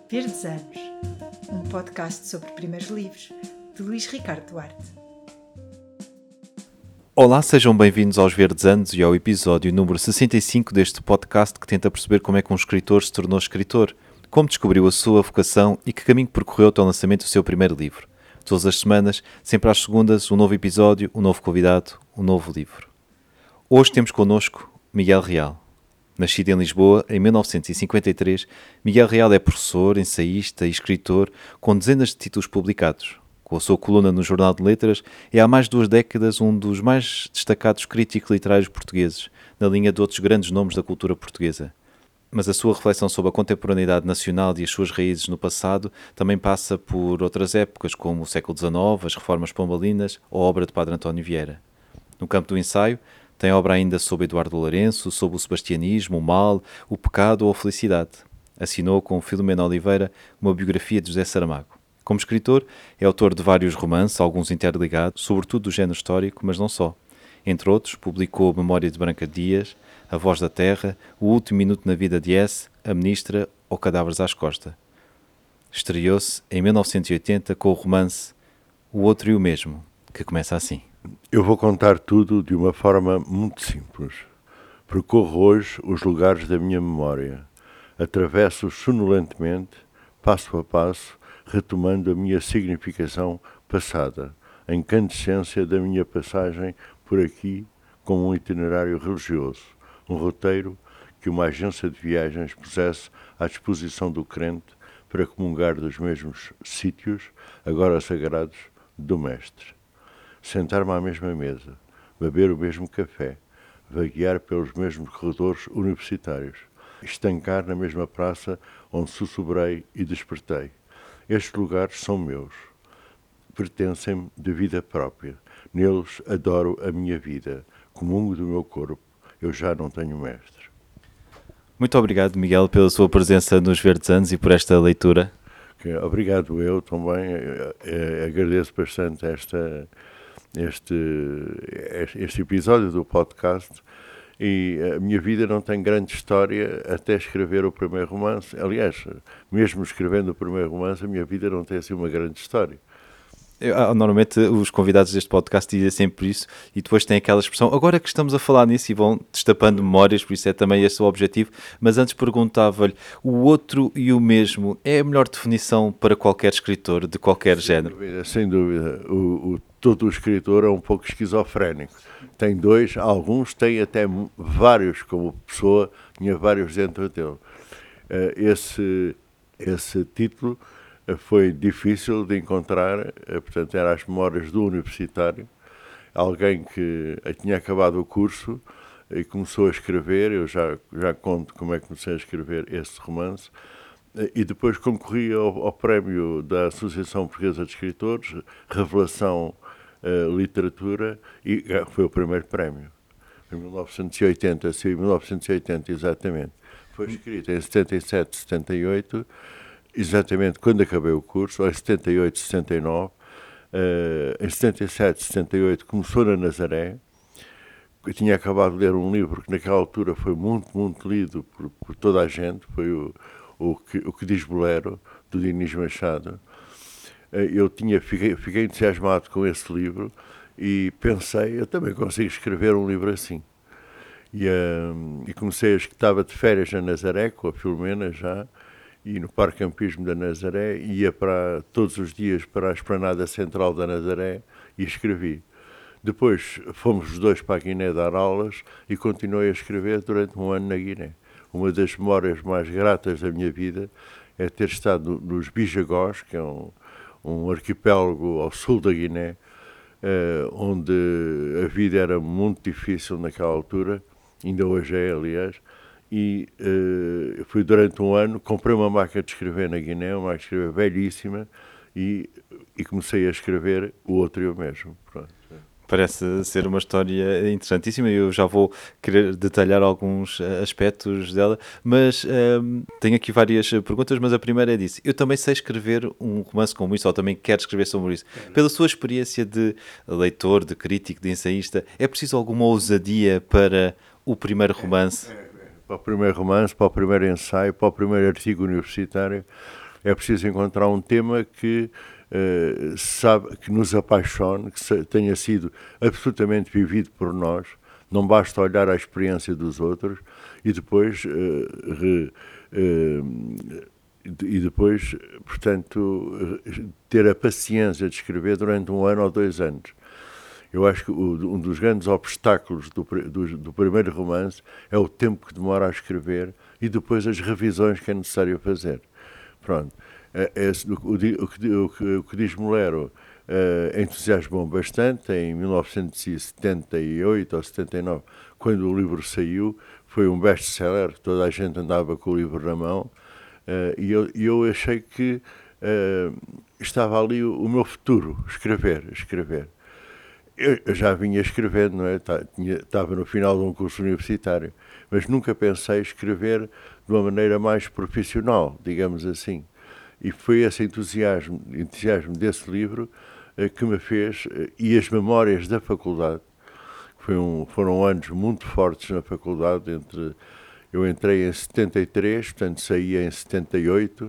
Verdes Anos, um podcast sobre primeiros livros, de Luís Ricardo Duarte. Olá, sejam bem-vindos aos Verdes Anos e ao episódio número 65 deste podcast que tenta perceber como é que um escritor se tornou escritor, como descobriu a sua vocação e que caminho percorreu até o lançamento do seu primeiro livro. Todas as semanas, sempre às segundas, um novo episódio, um novo convidado, um novo livro. Hoje temos connosco Miguel Real. Nascido em Lisboa em 1953, Miguel Real é professor, ensaísta e escritor com dezenas de títulos publicados. Com a sua coluna no Jornal de Letras, é há mais de 2 décadas um dos mais destacados críticos literários portugueses, na linha de outros grandes nomes da cultura portuguesa. Mas a sua reflexão sobre a contemporaneidade nacional e as suas raízes no passado também passa por outras épocas, como o século XIX, as reformas pombalinas ou a obra de Padre António Vieira. No campo do ensaio, tem obra ainda sobre Eduardo Lourenço, sobre o sebastianismo, o mal, o pecado ou a felicidade. Assinou com Filomena Oliveira uma biografia de José Saramago. Como escritor, é autor de vários romances, alguns interligados, sobretudo do género histórico, mas não só. Entre outros, publicou Memória de Branca Dias, A Voz da Terra, O Último Minuto na Vida de S., A Ministra ou Cadáveres às Costas. Estreou-se em 1980 com o romance O Outro e o Mesmo, que começa assim. Eu vou contar tudo de uma forma muito simples. Percorro hoje os lugares da minha memória. Atravesso-os sonolentemente, passo a passo, retomando a minha significação passada, a incandescência da minha passagem por aqui como um itinerário religioso, um roteiro que uma agência de viagens pusesse à disposição do crente para comungar dos mesmos sítios, agora sagrados, do Mestre. Sentar-me à mesma mesa, beber o mesmo café, vaguear pelos mesmos corredores universitários, estancar na mesma praça onde sussurrei e despertei. Estes lugares são meus, pertencem-me de vida própria. Neles adoro a minha vida, comungo do meu corpo, eu já não tenho mestre. Muito obrigado, Miguel, pela sua presença nos Verdes Anos e por esta leitura. Obrigado eu também, agradeço bastante este episódio do podcast. E a minha vida não tem grande história até escrever o primeiro romance. Aliás, mesmo escrevendo o primeiro romance, a minha vida não tem assim uma grande história. Normalmente os convidados deste podcast dizem sempre isso e depois tem aquela expressão, agora que estamos a falar nisso e vão destapando memórias, por isso é também esse o objetivo, mas antes perguntava-lhe, o outro e o mesmo é a melhor definição para qualquer escritor de qualquer género? Sem dúvida. Todo o escritor é um pouco esquizofrénico. Tem dois, alguns têm até vários, como pessoa, tinha vários dentro dele. Esse título foi difícil de encontrar, portanto, eram as memórias do universitário, alguém que tinha acabado o curso e começou a escrever, eu já conto como é que comecei a escrever esse romance, e depois concorri ao prémio da Associação Portuguesa de Escritores, Revelação Literatura, e foi o primeiro prémio. Em 1980, sim, em 1980 exatamente. Foi escrito em 77, 78, exatamente quando acabei o curso, ou em 78, 79. Em 77, 78 começou na Nazaré. Eu tinha acabado de ler um livro que naquela altura foi muito, muito lido por toda a gente, foi o que diz Bolero, do Dinis Machado. Fiquei entusiasmado com esse livro e pensei, eu também consigo escrever um livro assim. E comecei, estava de férias na Nazaré, com a Filomena já, e no Parque Campismo da Nazaré, ia todos os dias para a Esplanada Central da Nazaré e escrevi. Depois fomos os dois para a Guiné dar aulas e continuei a escrever durante um ano na Guiné. Uma das memórias mais gratas da minha vida é ter estado nos Bijagós, que é um arquipélago ao sul da Guiné, onde a vida era muito difícil naquela altura, ainda hoje é, aliás, e fui durante um ano, comprei uma máquina de escrever na Guiné, uma máquina de escrever belíssima, e comecei a escrever O Outro e o Mesmo. Pronto. Parece ser uma história interessantíssima e eu já vou querer detalhar alguns aspectos dela, mas tenho aqui várias perguntas, mas a primeira é disso. Eu também sei escrever um romance como isso, ou também quero escrever sobre isso. Pela sua experiência de leitor, de crítico, de ensaísta, é preciso alguma ousadia para o primeiro romance? Para o primeiro romance, para o primeiro ensaio, para o primeiro artigo universitário, é preciso encontrar um tema que sabe, que nos apaixone, que tenha sido absolutamente vivido por nós. Não basta olhar a experiência dos outros e depois, portanto, ter a paciência de escrever durante 1 ano ou 2 anos. Eu acho que um dos grandes obstáculos do primeiro romance é o tempo que demora a escrever e depois as revisões que é necessário fazer. Pronto. O que diz Molero entusiasmou bastante. Em 1978 ou 79, quando o livro saiu, foi um best-seller, toda a gente andava com o livro na mão, e eu achei que estava ali o meu futuro, escrever. Eu já vinha escrevendo, não é? Estava no final de um curso universitário, mas nunca pensei escrever de uma maneira mais profissional, digamos assim. E foi esse entusiasmo desse livro que me fez, e as memórias da faculdade, foram anos muito fortes na faculdade. Eu entrei em 73, portanto saí em 78,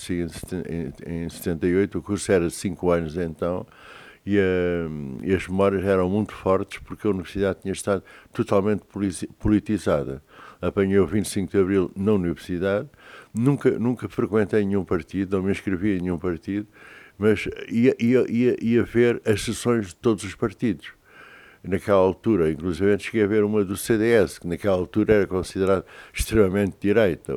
em 78, o curso era de 5 anos então, e as memórias eram muito fortes porque a universidade tinha estado totalmente politizada. Apanhei o 25 de Abril na universidade, nunca frequentei nenhum partido, não me inscrevi em nenhum partido, mas ia ver as sessões de todos os partidos. Naquela altura, inclusive, cheguei a ver uma do CDS, que naquela altura era considerado extremamente de direita.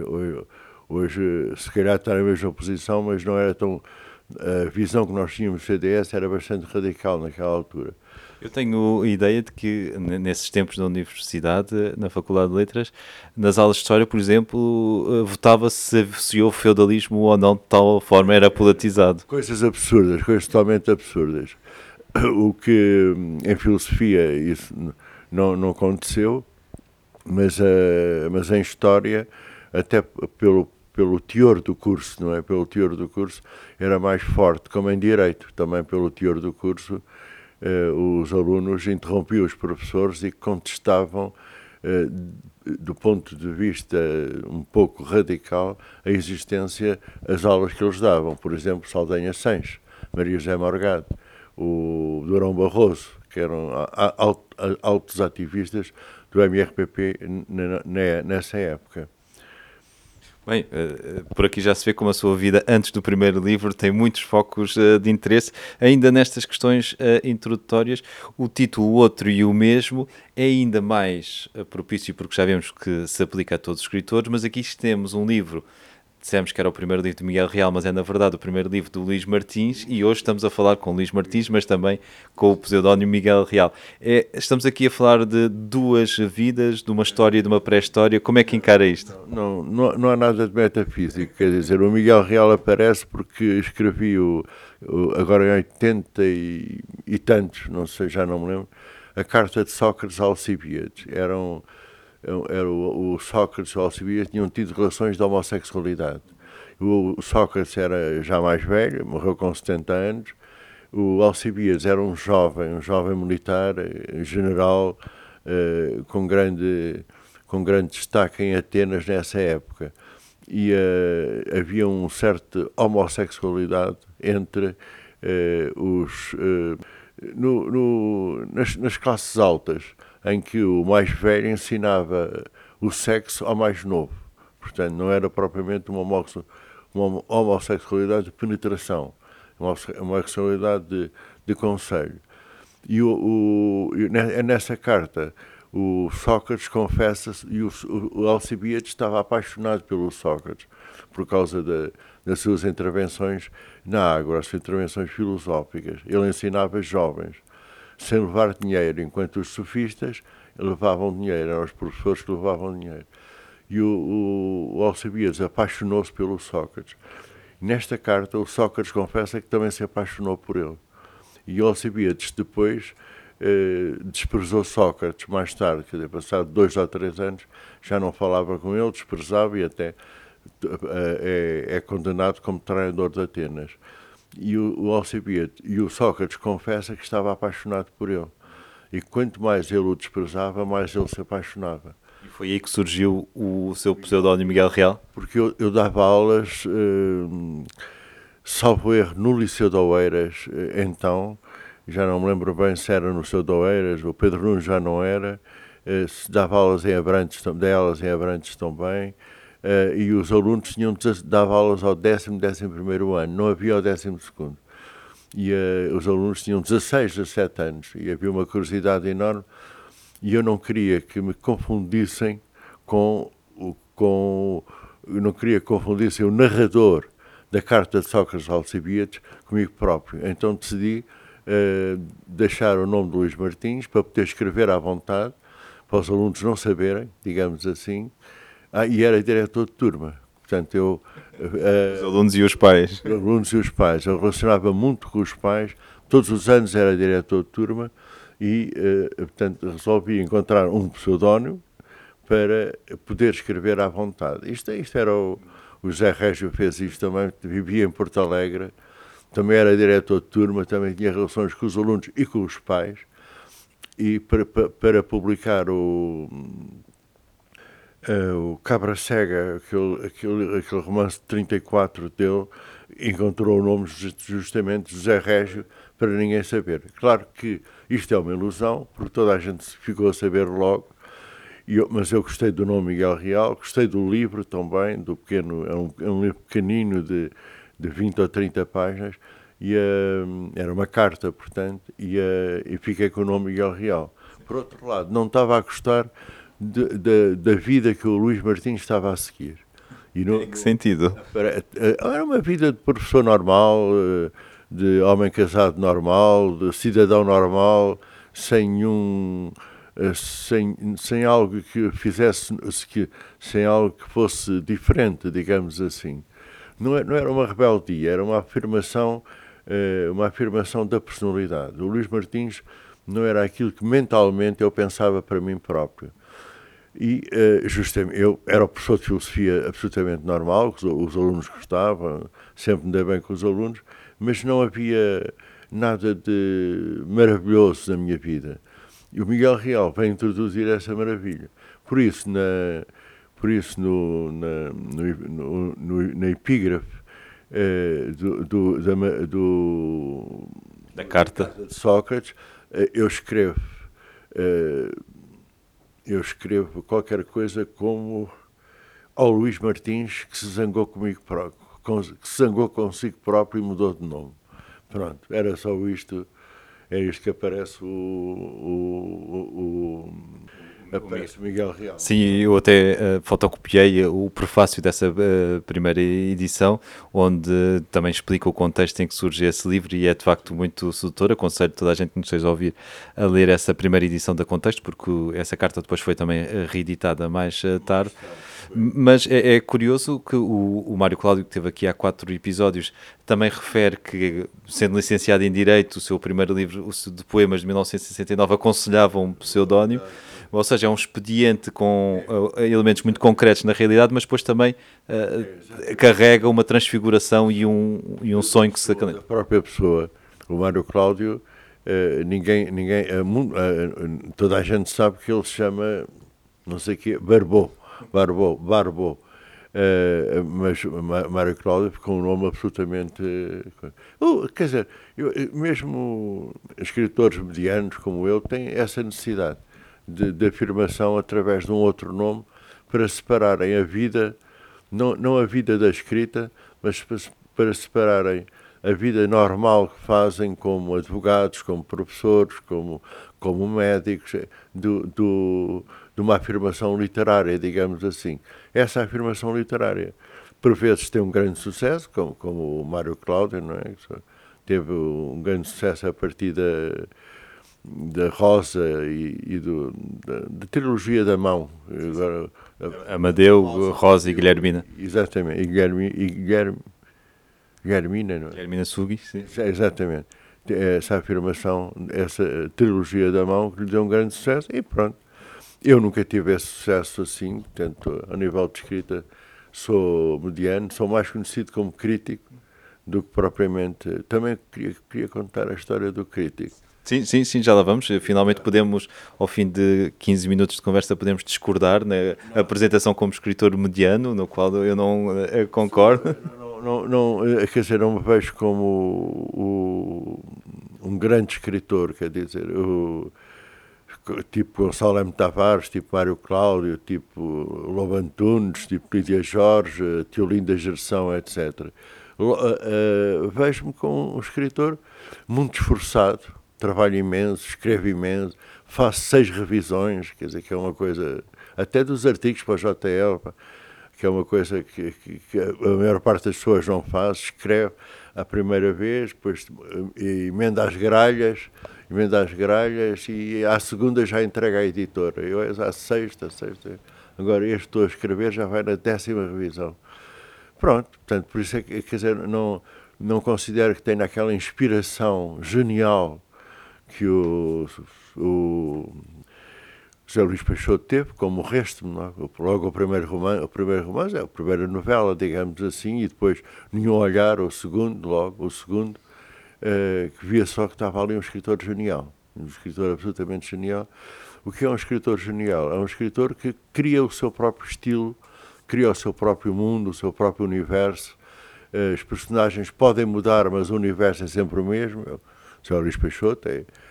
Hoje, se calhar está na mesma posição, mas não era tão... A visão que nós tínhamos do CDS era bastante radical naquela altura. Eu tenho a ideia de que, nesses tempos da universidade, na Faculdade de Letras, nas aulas de História, por exemplo, votava-se se houve feudalismo ou não, de tal forma era politizado. Coisas absurdas, coisas totalmente absurdas. O que em filosofia isso não aconteceu, mas em História, até pelo teor do curso, não é? Pelo teor do curso era mais forte, como em Direito, também pelo teor do curso, os alunos interrompiam os professores e contestavam, do ponto de vista um pouco radical, a existência, as aulas que eles davam. Por exemplo, Saldanha Sanches, Maria José Morgado, o Durão Barroso, que eram altos ativistas do MRPP nessa época. Bem, por aqui já se vê como a sua vida antes do primeiro livro tem muitos focos de interesse. Ainda nestas questões introdutórias, o título O Outro e o Mesmo é ainda mais propício porque já vemos que se aplica a todos os escritores, mas aqui temos um livro, dissemos que era o primeiro livro de Miguel Real, mas é na verdade o primeiro livro do Luís Martins, e hoje estamos a falar com Luís Martins, mas também com o pseudónimo Miguel Real. Estamos aqui a falar de duas vidas, de uma história e de uma pré-história. Como é que encara isto? Não há nada de metafísico, quer dizer, o Miguel Real aparece porque escrevi agora em 80 e tantos, não sei, já não me lembro, a carta de Sócrates a Alcibíades. O Sócrates e o Alcibíades tinham tido relações de homossexualidade. O Sócrates era já mais velho, morreu com 70 anos. O Alcibíades era um jovem militar, general, com grande destaque em Atenas nessa época. E havia uma certa homossexualidade entre nas classes altas, em que o mais velho ensinava o sexo ao mais novo. Portanto, não era propriamente uma homossexualidade de penetração, uma homossexualidade de conselho. E nessa carta, o Sócrates confessa-se, e o Alcibíades estava apaixonado pelo Sócrates, por causa das suas intervenções na Ágora, as suas intervenções filosóficas. Ele ensinava jovens sem levar dinheiro, enquanto os sofistas levavam dinheiro, eram os professores que levavam dinheiro. E o Alcibíades apaixonou-se pelo Sócrates. Nesta carta, o Sócrates confessa que também se apaixonou por ele. E o Alcibíades depois desprezou Sócrates mais tarde, quer dizer, passado 2 ou 3 anos, já não falava com ele, desprezava, e até é condenado como traidor de Atenas. E o Alcibíades e o Sócrates confessa que estava apaixonado por ele. E quanto mais ele o desprezava, mais ele se apaixonava. E foi aí que surgiu o seu pseudónimo Miguel Real? Porque eu dava aulas, salvo erro, no Liceu de Oeiras, então, já não me lembro bem se era no Liceu de Oeiras, o Pedro Nunes já não era, se dava aulas em Abrantes, dei aulas em Abrantes também, e os alunos dava aulas ao 11º ano, não havia ao 12º. E os alunos tinham 16, 17 anos, e havia uma curiosidade enorme, e eu não queria que me confundissem eu não queria que confundissem o narrador da Carta de Sócrates a Alcibiades comigo próprio. Então decidi deixar o nome de Luís Martins para poder escrever à vontade, para os alunos não saberem, digamos assim. E era diretor de turma. Portanto, Os alunos e os pais. Os alunos e os pais. Eu relacionava muito com os pais. Todos os anos era diretor de turma e, portanto, resolvi encontrar um pseudónimo para poder escrever à vontade. Isto era o José Régio fez isto também, vivia em Porto Alegre, também era diretor de turma, também tinha relações com os alunos e com os pais, e para publicar o Cabra Cega, aquele romance de 34 dele, encontrou o nome justamente José Régio, para ninguém saber. Claro que isto é uma ilusão, porque toda a gente ficou a saber logo, mas eu gostei do nome Miguel Real, gostei do livro também, do pequeno, é um livro pequenino de 20 ou 30 páginas, e era uma carta, portanto, e fiquei com o nome Miguel Real. Por outro lado, não estava a gostar da vida que o Luís Martins estava a seguir. Em que sentido? Era uma vida de professor normal, de homem casado normal, de cidadão normal, sem algo que fizesse, sem algo que fosse diferente, digamos assim. Não era uma rebeldia, era uma afirmação da personalidade. O Luís Martins não era aquilo que mentalmente eu pensava para mim próprio. E, justamente, eu era o professor de filosofia absolutamente normal, os alunos gostavam, sempre me dei bem com os alunos, mas não havia nada de maravilhoso na minha vida. E o Miguel Real vem introduzir essa maravilha. Por isso, na epígrafe da Carta de Sócrates, eu escrevo qualquer coisa como ao Luís Martins, que se zangou comigo próprio, que se zangou consigo próprio e mudou de nome. Pronto, era só isto. É isto que aparece aparece o Miguel Real. Sim, eu até fotocopiei o prefácio dessa primeira edição, onde também explica o contexto em que surge esse livro e é de facto muito sedutor. Aconselho toda a gente que nos esteja a ouvir a ler essa primeira edição da Contexto, porque essa carta depois foi também reeditada mais tarde. Mas é curioso que o Mário Cláudio, que esteve aqui há 4 episódios, também refere que, sendo licenciado em Direito, o seu primeiro livro de poemas de 1969 aconselhava um pseudónimo, ou seja, é um expediente com elementos muito concretos na realidade, mas depois também carrega uma transfiguração e um sonho que se acalenta. A própria pessoa, o Mário Cláudio, toda a gente sabe que ele se chama, não sei o quê, Barbot. Mas Mário Cláudio ficou um nome absolutamente... quer dizer, mesmo escritores medianos como eu têm essa necessidade de afirmação através de um outro nome para separarem a vida, não a vida da escrita, mas para separarem a vida normal que fazem como advogados, como professores, como médicos, de uma afirmação literária, digamos assim. Essa afirmação literária, por vezes, tem um grande sucesso, como o Mário Cláudio, não é? Teve um grande sucesso a partir da Rosa e da trilogia da mão. Agora, Amadeu, Rosa e Guilhermina. Exatamente, e Guilhermina, não é? Guilhermina Sughi, sim. Exatamente. Essa afirmação, essa trilogia da mão, que lhe deu um grande sucesso, e pronto. Eu nunca tive esse sucesso assim, portanto, a nível de escrita, sou mediano, sou mais conhecido como crítico do que propriamente... Também queria contar a história do crítico. Sim, já lá vamos. Finalmente podemos, ao fim de 15 minutos de conversa, podemos discordar na apresentação como escritor mediano, no qual eu não concordo. Quer dizer, não me vejo como um grande escritor, quer dizer, tipo Gonçalo M. Tavares, tipo Mário Cláudio, tipo Lobo Antunes, tipo Lídia Jorge, Teolinda Gerson, etc. Vejo-me como um escritor muito esforçado, trabalho imenso, escrevo imenso, faço 6 revisões, quer dizer, que é uma coisa, até dos artigos para a JL, que é uma coisa que a maior parte das pessoas não faz, escreve a primeira vez, depois emenda as gralhas e à segunda já entrega à editora. Eu à sexta. Agora este estou a escrever, já vai na 10ª revisão. Pronto, portanto, por isso é que, quer dizer, não considero que tenha aquela inspiração genial que o José Luís Peixoto teve, como o resto, não é? Logo o primeiro romance é a primeira novela, digamos assim, e depois Nenhum Olhar, o segundo, que via só que estava ali um escritor genial, um escritor absolutamente genial. O que é um escritor genial? É um escritor que cria o seu próprio estilo, cria o seu próprio mundo, o seu próprio universo. Os personagens podem mudar, mas o universo é sempre o mesmo. O José Luís Peixoto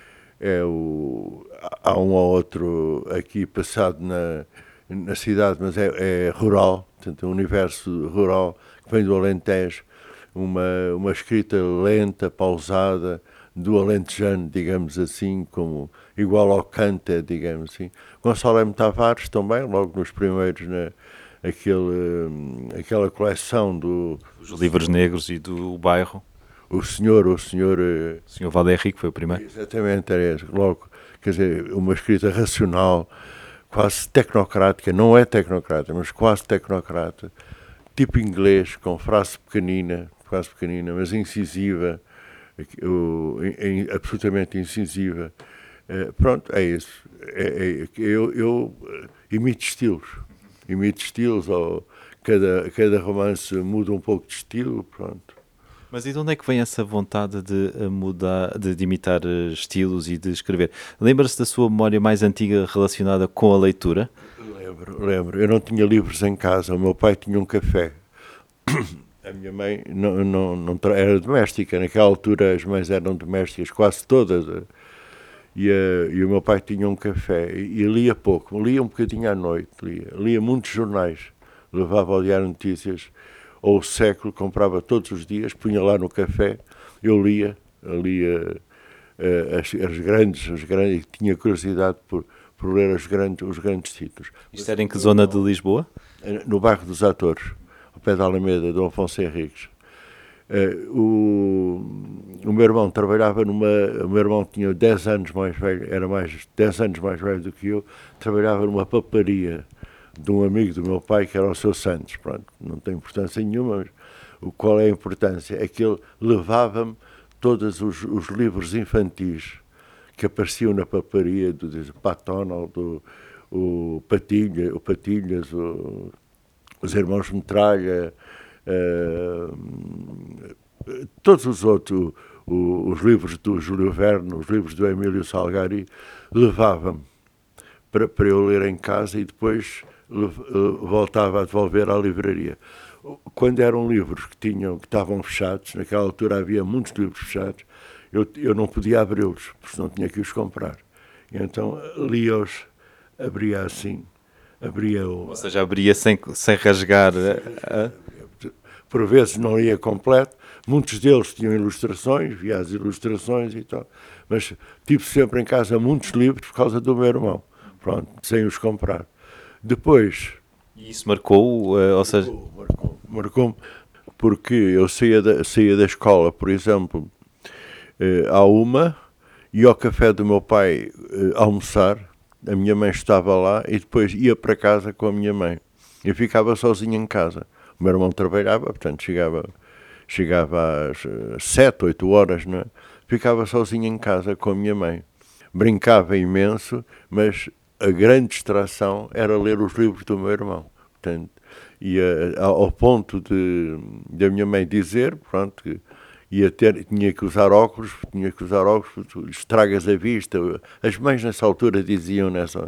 há um ou outro aqui passado na cidade, mas é rural, portanto, um universo rural que vem do Alentejo, uma escrita lenta, pausada, do alentejano, digamos assim, como igual ao Canta, digamos assim. Gonçalo M. Tavares também, logo nos primeiros, aquela coleção Os livros negros e do bairro. O senhor Valder Rico foi o primeiro. Exatamente, logo, quer dizer, uma escrita racional, quase tecnocrática, não é tecnocrática, mas quase tecnocrata, tipo inglês, com frase pequenina, mas incisiva, absolutamente incisiva. Pronto, é isso. Eu imito estilos, ou cada romance muda um pouco de estilo, pronto. Mas e de onde é que vem essa vontade de mudar, de imitar estilos e de escrever? Lembra-se da sua memória mais antiga relacionada com a leitura? Lembro. Eu não tinha livros em casa. O meu pai tinha um café. A minha mãe não era doméstica. Naquela altura as mães eram domésticas, quase todas. E o meu pai tinha um café e lia pouco. Lia um bocadinho à noite. Lia muitos jornais. Levava ao Diário Notícias ou O Século, comprava todos os dias, punha lá no café, eu lia as grandes, e tinha curiosidade por ler os grandes títulos. Isto era em que zona de Lisboa? No bairro dos Atores, ao pé da Alameda, do Afonso Henriques. O meu irmão trabalhava o meu irmão tinha 10 anos mais velho, era 10 anos mais velho do que eu, trabalhava numa papelaria de um amigo do meu pai, que era o Seu Santos. Pronto, não tem importância nenhuma, mas qual é a importância? É que ele levava-me todos os livros infantis que apareciam na papelaria, do Patonal, o Patilhas, os Irmãos Metralha, todos os outros, os livros do Júlio Verne, os livros do Emílio Salgari, levava-me para eu ler em casa e depois voltava a devolver à livraria. Quando eram livros que estavam fechados, naquela altura havia muitos livros fechados, eu não podia abri-los, porque senão tinha que os comprar. E então lia-os, abria assim, Ou seja, abria sem rasgar. Por vezes não ia completo, muitos deles tinham ilustrações, via as ilustrações e tal, mas tive sempre em casa muitos livros por causa do meu irmão, pronto, sem os comprar. Depois... E isso marcou, ou seja... Marcou-me, porque eu saía da escola, por exemplo, à 1h, ia ao café do meu pai almoçar, a minha mãe estava lá, e depois ia para casa com a minha mãe. Eu ficava sozinho em casa. O meu irmão trabalhava, portanto chegava às 7, 8 horas, não é? Ficava sozinho em casa com a minha mãe. Brincava imenso, mas a grande distração era ler os livros do meu irmão. Portanto, ao ponto da minha mãe dizer, pronto, que tinha que usar óculos, estragas a vista. As mães nessa altura diziam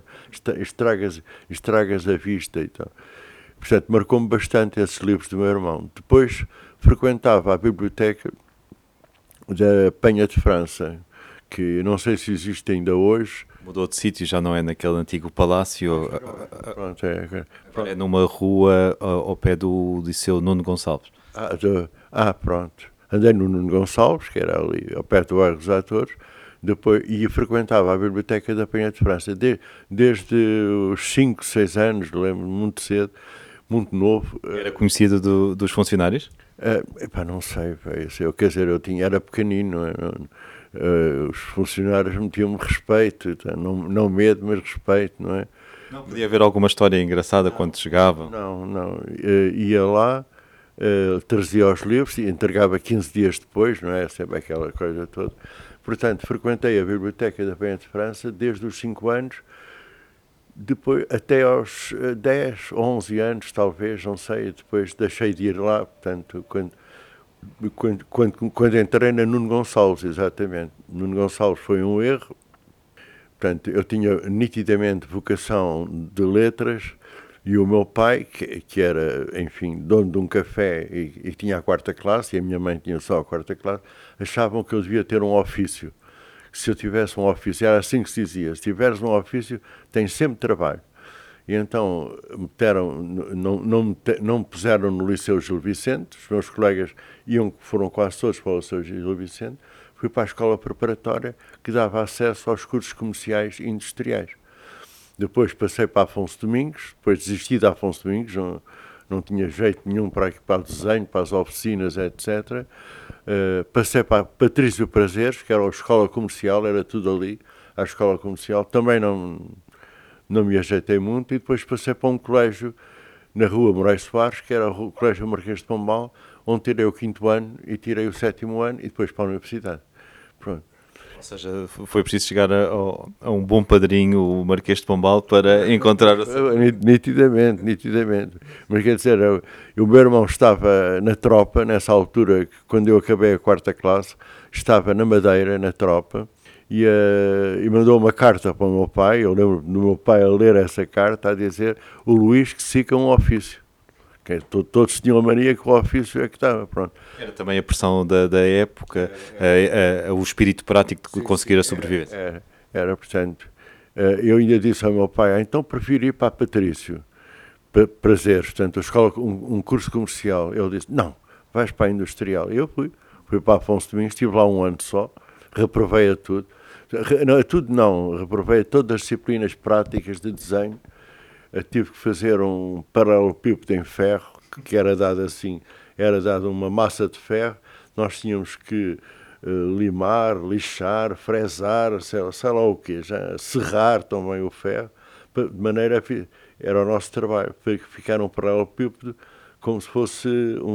estragas a vista e tal. Portanto, marcou-me bastante esses livros do meu irmão. Depois frequentava a biblioteca da Penha de França, que não sei se existe ainda hoje. Mudou de sítio, já não é naquele antigo palácio. Pronto, É numa rua ao pé do Liceu Nuno Gonçalves. Pronto. Andei no Nuno Gonçalves, que era ali ao pé do bairro dos Atores, e frequentava a biblioteca da Penha de França desde os 5, 6 anos, lembro-me, muito cedo, muito novo. Era conhecido dos funcionários? Não sei, era pequenino, os funcionários metiam-me respeito, não medo, mas respeito, não é? Não podia haver alguma história engraçada quando chegavam? Não. Ia lá, trazia os livros e entregava 15 dias depois, não é? Sempre aquela coisa toda. Portanto, frequentei a Biblioteca da Penha de França desde os 5 anos, depois até aos 10, 11 anos, talvez, não sei, depois deixei de ir lá, portanto, quando entrei na Nuno Gonçalves, exatamente. Nuno Gonçalves foi um erro. Portanto, eu tinha nitidamente vocação de letras e o meu pai, que era, enfim, dono de um café e tinha a 4ª classe, e a minha mãe tinha só a 4ª classe, achavam que eu devia ter um ofício. Se eu tivesse um ofício, era assim que se dizia, se tiveres um ofício, tens sempre trabalho. E então não me puseram no Liceu Gil Vicente, os meus colegas foram quase todos para o Liceu Gil Vicente, fui para a escola preparatória que dava acesso aos cursos comerciais e industriais. Depois passei para Afonso Domingos, depois desisti de Afonso Domingos, não tinha jeito nenhum para o desenho, para as oficinas, etc. Passei para Patrício Prazeres, que era a escola comercial, era tudo ali, a escola comercial, também não me ajeitei muito, e depois passei para um colégio na rua Moraes Soares, que era o Colégio Marquês de Pombal, onde tirei o 5º ano e tirei o 7º ano, e depois para a universidade. Pronto. Ou seja, foi preciso chegar a um bom padrinho, o Marquês de Pombal, para encontrar... Nitidamente. Mas quer dizer, o meu irmão estava na tropa, nessa altura, quando eu acabei a 4ª classe, estava na Madeira, na tropa, e mandou uma carta para o meu pai. Eu lembro do meu pai a ler essa carta, a dizer: o Luís que siga um ofício. Todos tinham a mania que o ofício é que estava, pronto. Era também a pressão da época, o espírito prático de conseguir a sobrevivência. Era, portanto, eu ainda disse ao meu pai: então prefiro ir para a Patrício Prazeres, portanto, a escola, um curso comercial. Ele disse: não, vais para a industrial. Eu fui para Afonso Domingos, estive lá um ano só, reprovei a tudo. Reprovei a todas as disciplinas práticas de desenho. Tive que fazer um paralelepípedo em ferro, que era dado assim, era dado uma massa de ferro, nós tínhamos que limar, lixar, fresar, sei lá o quê, serrar também o ferro, de maneira era o nosso trabalho, ficar um paralelepípedo como se fosse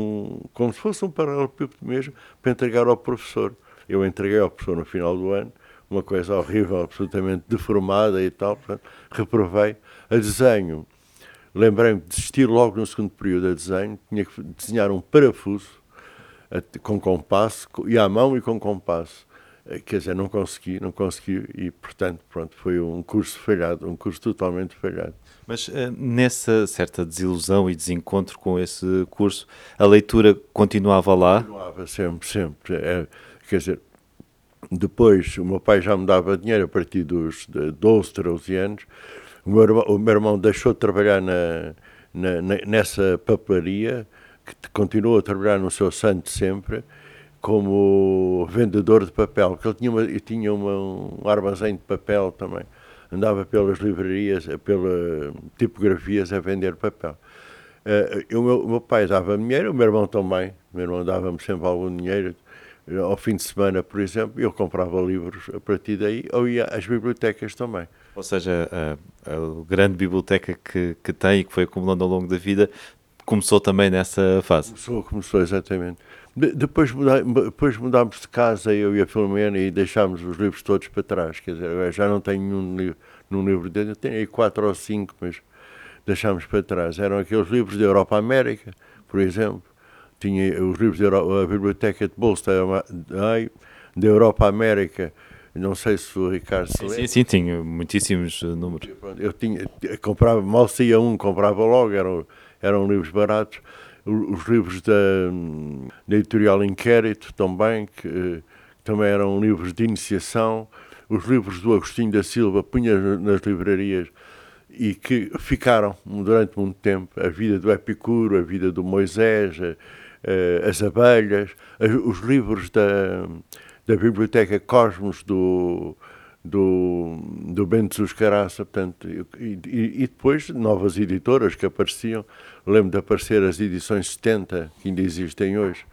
um paralelepípedo mesmo, para entregar ao professor. Eu entreguei ao professor no final do ano, uma coisa horrível, absolutamente deformada e tal, portanto, reprovei. A desenho, lembrei-me de desistir logo no 2º período a desenho, tinha que desenhar um parafuso com compasso, e à mão e com compasso. Quer dizer, não consegui, e portanto, pronto, foi um curso falhado, um curso totalmente falhado. Mas nessa certa desilusão e desencontro com esse curso, a leitura continuava lá? Continuava sempre. Quer dizer, depois o meu pai já me dava dinheiro a partir dos 12, 13 anos. O meu irmão deixou de trabalhar nessa papelaria, que continuou a trabalhar no seu santo sempre, como vendedor de papel, porque ele tinha um armazém de papel também. Andava pelas livrarias, pelas tipografias a vender papel. O meu pai dava-me dinheiro, o meu irmão também. O meu irmão dava-me sempre algum dinheiro. Ao fim de semana, por exemplo, eu comprava livros a partir daí, ou ia às bibliotecas também. Ou seja, a grande biblioteca que tem e que foi acumulando ao longo da vida, começou também nessa fase? Começou exatamente. Depois mudámos de casa, eu e a Filomena, e deixámos os livros todos para trás. Quer dizer, eu já não tenho nenhum livro dentro, eu tenho aí 4 ou 5, mas deixámos para trás. Eram aqueles livros da Europa-América, por exemplo. tinha os livros da Biblioteca de Bolso da Europa América. Não sei se o Ricardo se lembra. Sim, tinha muitíssimos números. Eu comprava, mal saía comprava logo, eram livros baratos. Os livros da editorial Inquérito também, que também eram livros de iniciação. Os livros do Agostinho da Silva punha nas livrarias e que ficaram durante muito tempo. A vida do Epicuro, a vida do Moisés, as abelhas, os livros da Biblioteca Cosmos do Bento Jesus Caraça, portanto, e depois novas editoras que apareciam. Lembro de aparecer as edições 70, que ainda existem hoje,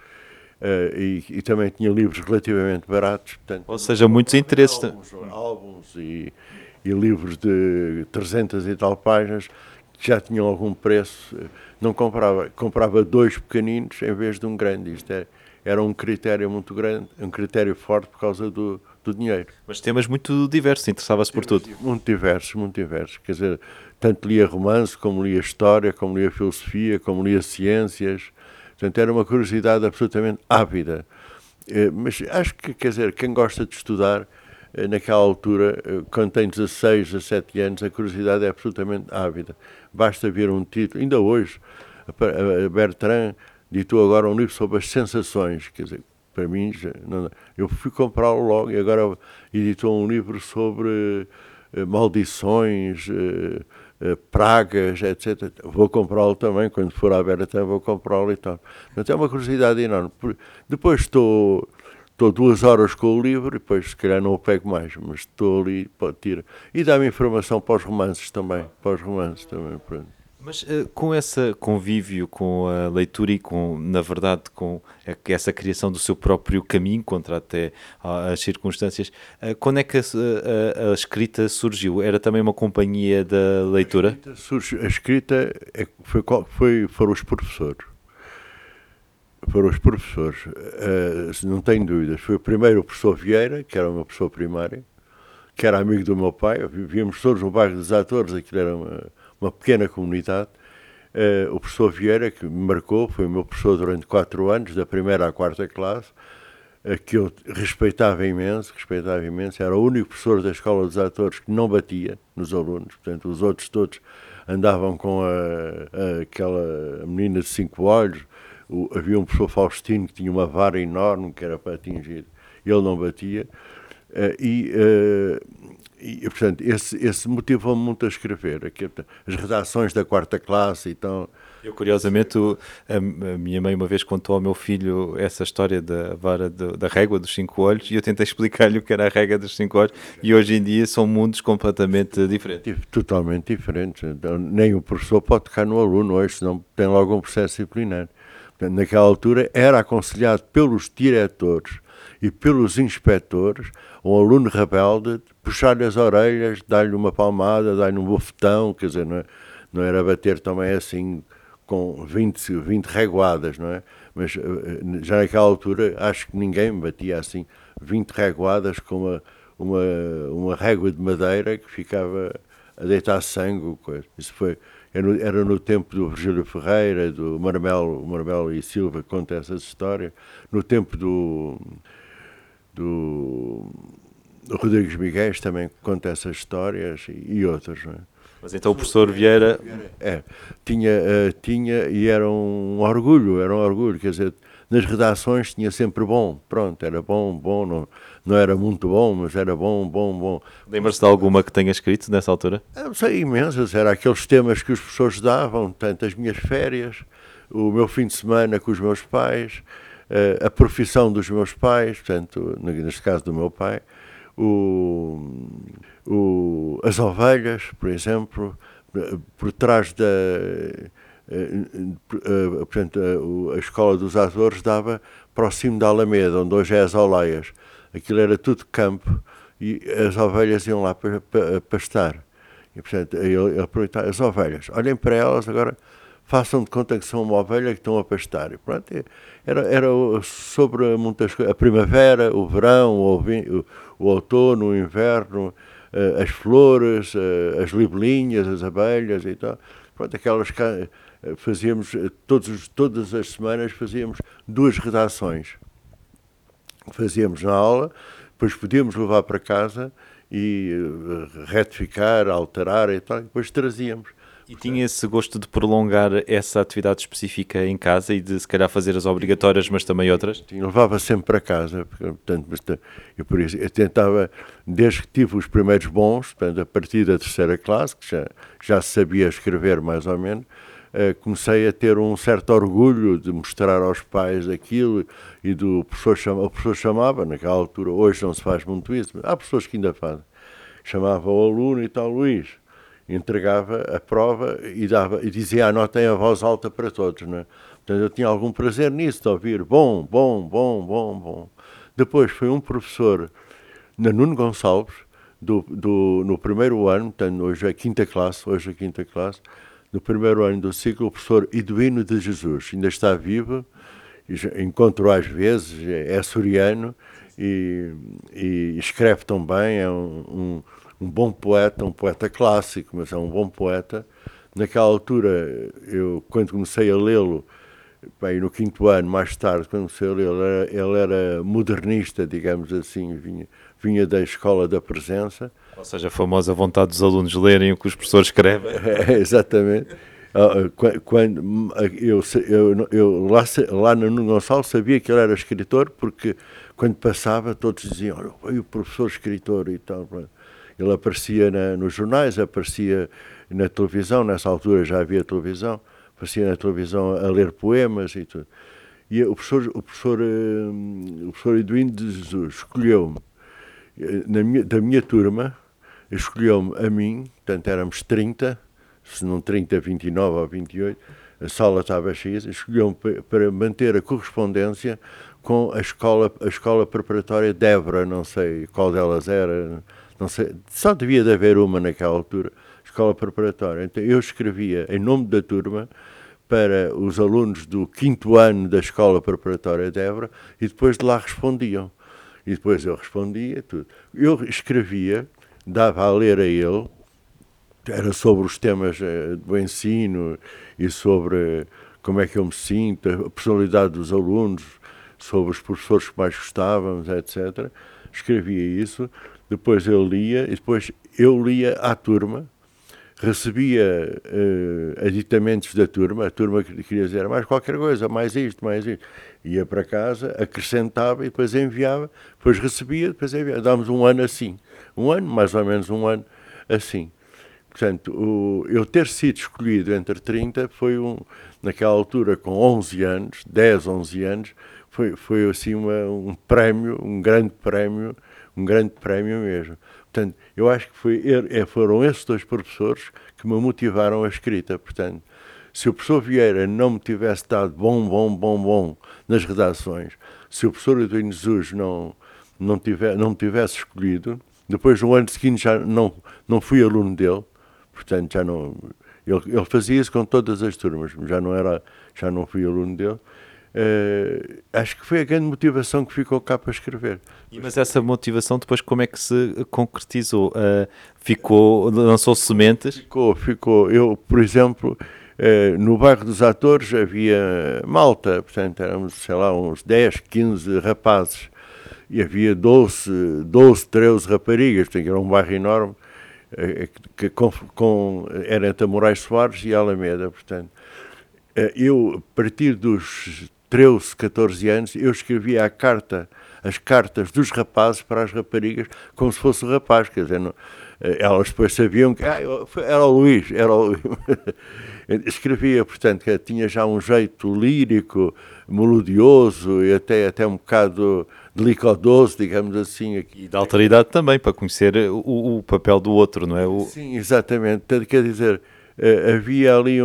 e também tinha livros relativamente baratos. Portanto, ou seja, muitos interesses. Álbuns e livros de 300 e tal páginas que já tinham algum preço. Não comprava 2 pequeninos em vez de um grande. Isto era um critério muito grande, um critério forte por causa do dinheiro. Mas temas muito diversos, interessava-se por tudo. Muito diversos. Quer dizer, tanto lia romance, como lia história, como lia filosofia, como lia ciências. Portanto, era uma curiosidade absolutamente ávida. Mas acho que, quer dizer, quem gosta de estudar, naquela altura, quando tem 16, 17 anos, a curiosidade é absolutamente ávida. Basta ver um título. Ainda hoje, a Bertrand ditou agora um livro sobre as sensações, quer dizer, para mim, eu fui comprá-lo logo, e agora editou um livro sobre maldições, pragas, etc. Vou comprá-lo também, quando for à Bertrand vou comprá-lo e tal. Portanto, é uma curiosidade enorme. Depois estou 2 horas com o livro e depois se calhar não o pego mais, mas estou ali, tira. E dá-me informação para os romances também, pronto. Mas com esse convívio com a leitura e na verdade, com essa criação do seu próprio caminho contra até as circunstâncias, quando é que a escrita surgiu? Era também uma companhia da leitura? A escrita foram os professores. Não tenho dúvidas. Foi primeiro o professor Vieira, que era uma pessoa primária, que era amigo do meu pai. Vivíamos todos no bairro dos Atores, aquilo era uma pequena comunidade. O professor Vieira, que me marcou, foi o meu professor durante 4 anos, da primeira à 4ª classe, que eu respeitava imenso, era o único professor da Escola dos Atores que não batia nos alunos, portanto os outros todos andavam com aquela menina de 5 olhos. Havia um professor Faustino que tinha uma vara enorme que era para atingir, ele não batia, e portanto, esse motivou-me muito a escrever. As redações da 4ª classe e tal. Eu, curiosamente, a minha mãe uma vez contou ao meu filho essa história da vara, da régua dos 5 olhos, e eu tentei explicar-lhe o que era a régua dos 5 olhos, e hoje em dia são mundos completamente diferentes. Totalmente diferentes. Então, nem o professor pode tocar no aluno hoje, senão tem logo um processo disciplinar. Portanto, naquela altura era aconselhado pelos diretores e pelos inspectores um aluno rebelde puxar-lhe as orelhas, dar-lhe uma palmada, dar-lhe um bofetão, quer dizer, não era bater também assim com 20 reguadas, não é? Mas já naquela altura acho que ninguém me batia assim 20 reguadas com uma régua de madeira que ficava a deitar sangue. Coisa. Isso era no tempo do Virgílio Ferreira, do Marmelo e Silva, que conta essas histórias, no tempo do Rodrigues Miguel também conta essas histórias e outras, não é? Mas então o professor Vieira... Tinha e era um orgulho, quer dizer, nas redações tinha sempre bom, pronto, era bom, não era muito bom, mas era bom. Lembra-se de alguma que tenha escrito nessa altura? Não sei, imensas, era aqueles temas que os professores davam, tanto as minhas férias, o meu fim de semana com os meus pais, a profissão dos meus pais, portanto, neste caso do meu pai, as ovelhas, por exemplo, por trás portanto, a Escola dos Atores dava próximo da Alameda, onde hoje é as Oleias. Aquilo era tudo campo e as ovelhas iam lá para pastar. E, portanto, ele perguntava, as ovelhas, olhem para elas agora, façam de conta que são uma ovelha que estão a pastar. E, pronto, era sobre muitas coisas, a primavera, o verão, o outono, o inverno, as flores, as libelinhas, as abelhas e tal. pronto, fazíamos, todas as semanas fazíamos 2 redações. Fazíamos na aula, depois podíamos levar para casa e retificar, alterar e tal, e depois trazíamos. E tinha esse gosto de prolongar essa atividade específica em casa e de se calhar fazer as obrigatórias, mas também outras? Sim, levava sempre para casa, portanto, por isso, eu tentava, desde que tive os primeiros bons, portanto, a partir da 3ª classe, que já sabia escrever mais ou menos, comecei a ter um certo orgulho de mostrar aos pais aquilo e o professor chamava, naquela altura, hoje não se faz muito isso, mas há pessoas que ainda fazem, chamava o aluno e tal, Luís, entregava a prova e dizia, anotem a voz alta para todos, não é? Portanto, eu tinha algum prazer nisso, de ouvir bom, bom, bom, bom, bom. Depois foi um professor, na Nuno Gonçalves, no primeiro ano, portanto, hoje é a 5ª classe, no primeiro ano do ciclo, o professor Eduino de Jesus, ainda está vivo, encontro às vezes, é açoriano e escreve tão bem, é um bom poeta, um poeta clássico, mas é um bom poeta. Naquela altura, eu, quando comecei a lê-lo, bem, no 5º ano, mais tarde, quando comecei a lê-lo, ele era modernista, digamos assim, vinha da Escola da Presença. Ou seja, a famosa vontade dos alunos lerem o que os professores escrevem. Exatamente. Quando eu lá no Nuno Gonçalves sabia que ele era escritor, porque quando passava todos diziam, olha, o professor escritor e tal. Ele aparecia nos jornais, aparecia na televisão, nessa altura já havia televisão, aparecia na televisão a ler poemas e tudo. E o professor Eduino de Jesus escolheu-me, da minha turma, escolheu-me a mim, portanto éramos 30, se não 30, 29 ou 28, a sala estava cheia, escolheu-me para manter a correspondência com a escola preparatória de Évora, não sei qual delas era, não sei, só devia de haver uma naquela altura, escola preparatória. Então eu escrevia em nome da turma para os alunos do 5º ano da escola preparatória de Évora e depois de lá respondiam. E depois eu respondia tudo. Eu escrevia, dava a ler a ele, era sobre os temas do ensino e sobre como é que eu me sinto, a personalidade dos alunos, sobre os professores que mais gostávamos, etc. Escrevia isso, depois eu lia, e depois eu lia à turma, recebia aditamentos da turma, a turma queria dizer mais qualquer coisa, mais isto, ia para casa, acrescentava e depois enviava, depois recebia, depois enviava, dámos um ano assim, mais ou menos um ano assim. Portanto, eu ter sido escolhido entre 30 foi naquela altura com 11 anos, 10, 11 anos, foi assim um prémio, um grande prémio mesmo. Portanto, eu acho que foram esses 2 professores que me motivaram a escrita. Portanto, se o professor Vieira não me tivesse dado bom nas redações, se o professor Eduino Jesus não me tivesse escolhido, depois no ano seguinte já não fui aluno dele, portanto já não, ele fazia isso com todas as turmas, já não fui aluno dele. Acho que foi a grande motivação que ficou cá para escrever. Mas essa motivação depois como é que se concretizou? Lançou sementes? Ficou. Eu, por exemplo, no bairro dos Atores havia malta, portanto éramos, sei lá, uns 10, 15 rapazes e havia 12, 13 raparigas, portanto era um bairro enorme, era entre Moraes Soares e Alameda, portanto. Eu, a partir dos 13, 14 anos, eu escrevia as cartas dos rapazes para as raparigas, como se fosse o rapaz, quer dizer, elas depois sabiam que era o Luís. Escrevia, portanto, que tinha já um jeito lírico, melodioso e até um bocado delicadoso, digamos assim. E da alteridade também, para conhecer o papel do outro, não é? Sim, exatamente. Quer dizer, havia ali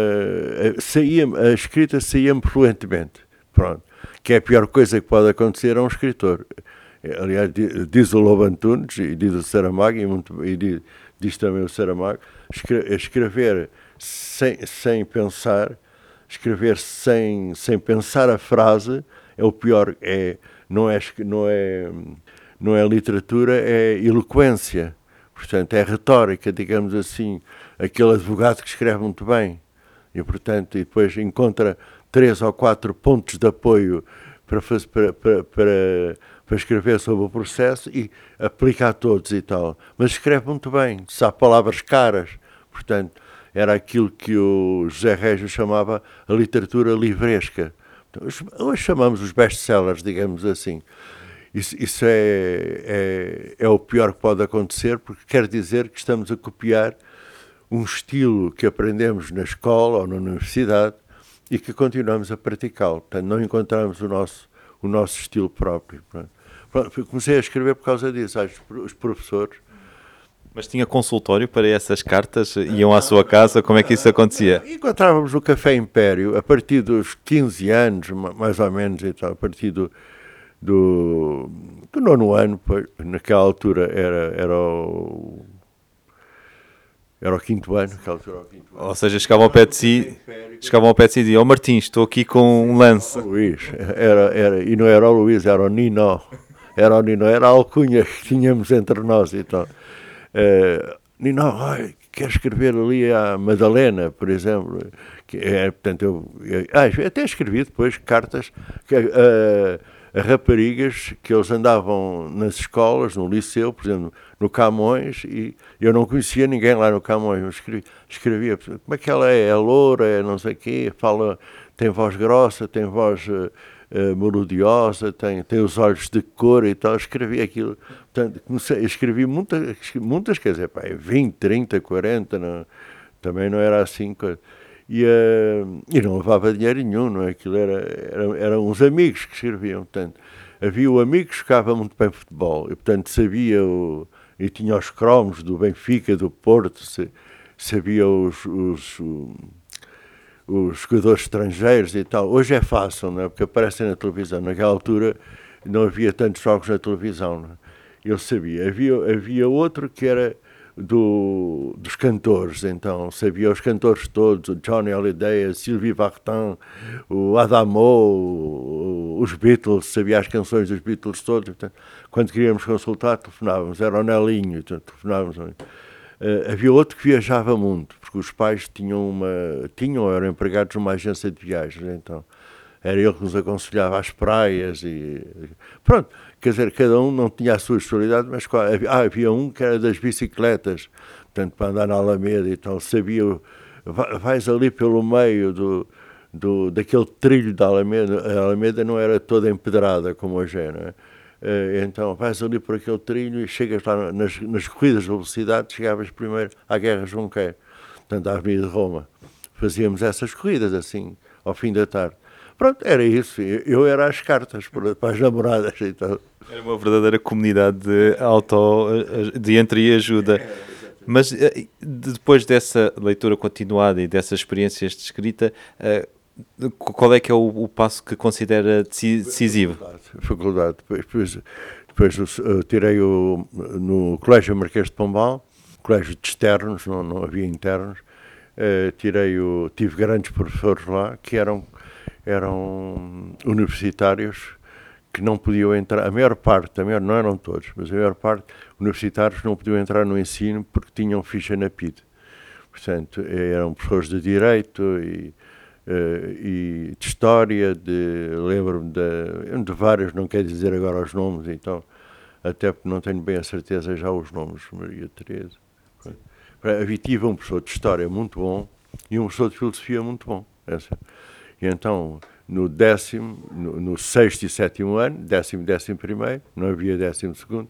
a escrita saía-me fluentemente, pronto, que é a pior coisa que pode acontecer a um escritor. Aliás, diz o Lobo Antunes, e diz o Saramago, e diz também o Saramago, escrever sem pensar, escrever sem pensar a frase é o pior, não é literatura, é eloquência. Portanto, é retórica, digamos assim, aquele advogado que escreve muito bem. E, portanto, e depois encontra 3 ou 4 pontos de apoio para escrever sobre o processo e aplica a todos e tal. Mas escreve muito bem, sabe palavras caras. Portanto, era aquilo que o José Régio chamava a literatura livresca. Hoje chamamos os best-sellers, digamos assim. Isso é o pior que pode acontecer, porque quer dizer que estamos a copiar um estilo que aprendemos na escola ou na universidade e que continuamos a praticá-lo. Portanto, não encontramos o nosso estilo próprio. Pronto, comecei a escrever por causa disso. Os professores. Mas tinha consultório para essas cartas? Iam à sua casa? Como é que isso acontecia? Encontrávamos no Café Império, a partir dos 15 anos, mais ou menos, e tal, a partir do 9º ano, pois, naquela altura era o 5º ano, naquela altura era o 5º ano. Ou seja, chegavam ao pé de si e diziam: Martins, estou aqui com um lance. Luís, e não era o Luís, era o Nino. Era a alcunha que tínhamos entre nós e tal. Nino, quer escrever ali a Madalena, por exemplo. Portanto, eu até escrevi depois cartas a raparigas que eles andavam nas escolas, no liceu, por exemplo, no Camões, e eu não conhecia ninguém lá no Camões, mas escrevia como é que ela é loura, é não sei o quê, fala, tem voz grossa, tem voz melodiosa, tem os olhos de cor e tal, escrevi aquilo. Portanto, escrevi muitas, quer dizer, 20, 30, 40, não, também não era assim. E não levava dinheiro nenhum, não é? Aquilo eram uns amigos que escreviam. Portanto, havia o amigo que jogava muito bem futebol e, portanto, sabia e tinha os cromos do Benfica, do Porto, sabia os jogadores estrangeiros e tal. Hoje é fácil, não é? Porque aparecem na televisão. Naquela altura não havia tantos jogos na televisão, não é? Eu sabia. Havia outro que era dos cantores, então sabia os cantores todos, o Johnny Hallyday, a Sylvie Vartan, o Adamo, os Beatles, sabia as canções dos Beatles todos. Portanto, quando queríamos consultar, telefonávamos, era o Nelinho, então, telefonávamos. Havia outro que viajava muito, porque os pais eram empregados numa agência de viagens, então era ele que nos aconselhava às praias e pronto, quer dizer, cada um não tinha a sua especialidade, mas havia um que era das bicicletas, portanto, para andar na Alameda e tal, sabia, vais ali pelo meio daquele trilho da Alameda, a Alameda não era toda empedrada como hoje é, não é? Então vais ali por aquele trilho e chegas lá nas corridas de velocidade, chegavas primeiro à Guerra Junqueiro, portanto, à Avenida de Roma. Fazíamos essas corridas assim, ao fim da tarde. Pronto, era isso. Eu era às cartas para as namoradas e tal. Era uma verdadeira comunidade de entreajuda. Mas depois dessa leitura continuada e dessas experiências de escrita, qual é que é o passo que considera decisivo? Faculdade. Depois tirei no Colégio Marquês de Pombal, colégio de externos, não havia internos. Tive grandes professores lá que eram universitários que não podiam entrar, não eram todos, mas a maior parte, universitários não podiam entrar no ensino porque tinham ficha na PIDE. Portanto, eram professores de Direito e de História, lembro-me de vários, não quero dizer agora os nomes, então, até porque não tenho bem a certeza já os nomes, Maria Teresa. Tive um professor de História muito bom e um professor de Filosofia muito bom. E então, no 6º e 7º ano, 10º e 11º, não havia 12º,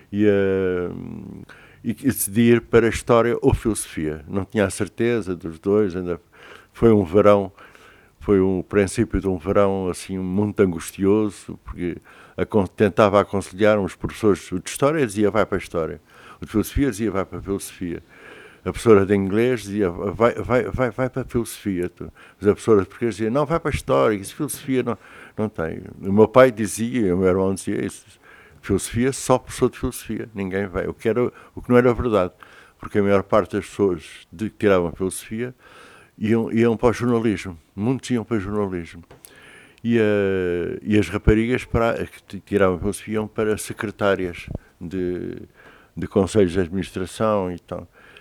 e decidi ir para a História ou Filosofia. Não tinha a certeza dos dois, ainda foi o princípio de um verão assim muito angustioso, porque tentava aconselhar uns professores de História, dizia vai para a História. O de Filosofia dizia vai para a Filosofia. A professora de inglês dizia, vai para a filosofia. Mas a professora de português dizia, não, vai para a história, isso filosofia não tem. O meu pai dizia, o meu irmão dizia isso, filosofia, só professor de filosofia, ninguém vai. O que não era verdade, porque a maior parte das pessoas que tiravam filosofia iam para o jornalismo, muitos iam para o jornalismo. E as raparigas que tiravam filosofia iam para secretárias de conselhos de administração e tal.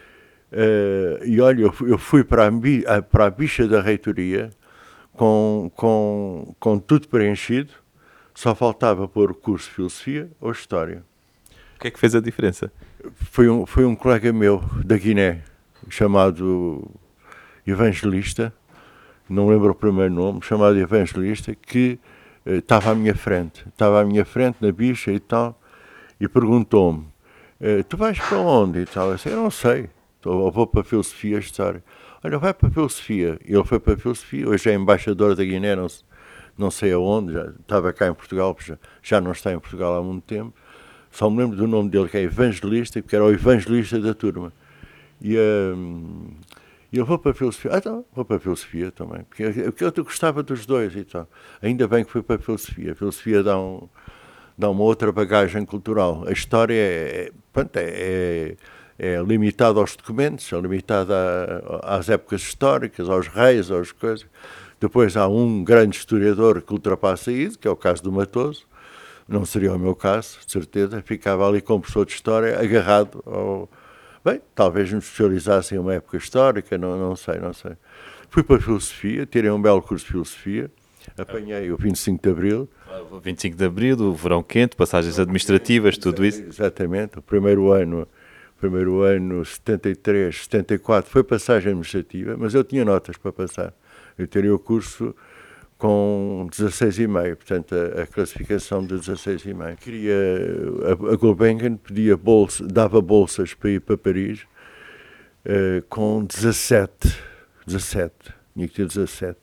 E olha, eu fui para a bicha da reitoria com tudo preenchido, só faltava pôr o curso de Filosofia ou História. O que é que fez a diferença? Foi um colega meu da Guiné, chamado Evangelista, não lembro o primeiro nome, chamado Evangelista, que estava à minha frente na bicha e tal, e perguntou-me, tu vais para onde e tal? Eu disse, eu não sei, eu vou para a Filosofia e História. Olha, vai para a Filosofia. Ele foi para a Filosofia, hoje é embaixador da Guiné, não sei aonde, já estava cá em Portugal, já não está em Portugal há muito tempo. Só me lembro do nome dele, que é Evangelista, porque era o evangelista da turma. E eu vou para a Filosofia. Então, vou para a Filosofia também, porque eu gostava dos dois e tal. Ainda bem que fui para a Filosofia. A Filosofia dá uma outra bagagem cultural. A história é limitada aos documentos, é limitada às épocas históricas, aos reis, às coisas. Depois há um grande historiador que ultrapassa isso, que é o caso do Matoso. Não seria o meu caso, de certeza. Ficava ali como professor de História, agarrado ao... Bem, talvez me especializasse em uma época histórica, não sei. Fui para a Filosofia, tirei um belo curso de Filosofia, apanhei o 25 de Abril. O 25 de Abril, o verão quente, passagens administrativas, tudo isso. Exatamente. O primeiro ano, 73, 74, foi passagem administrativa, mas eu tinha notas para passar. Eu tirei o curso com 16,5, portanto a classificação de 16,5. A Gulbenkian dava bolsas para ir para Paris com 17, tinha que ter 17.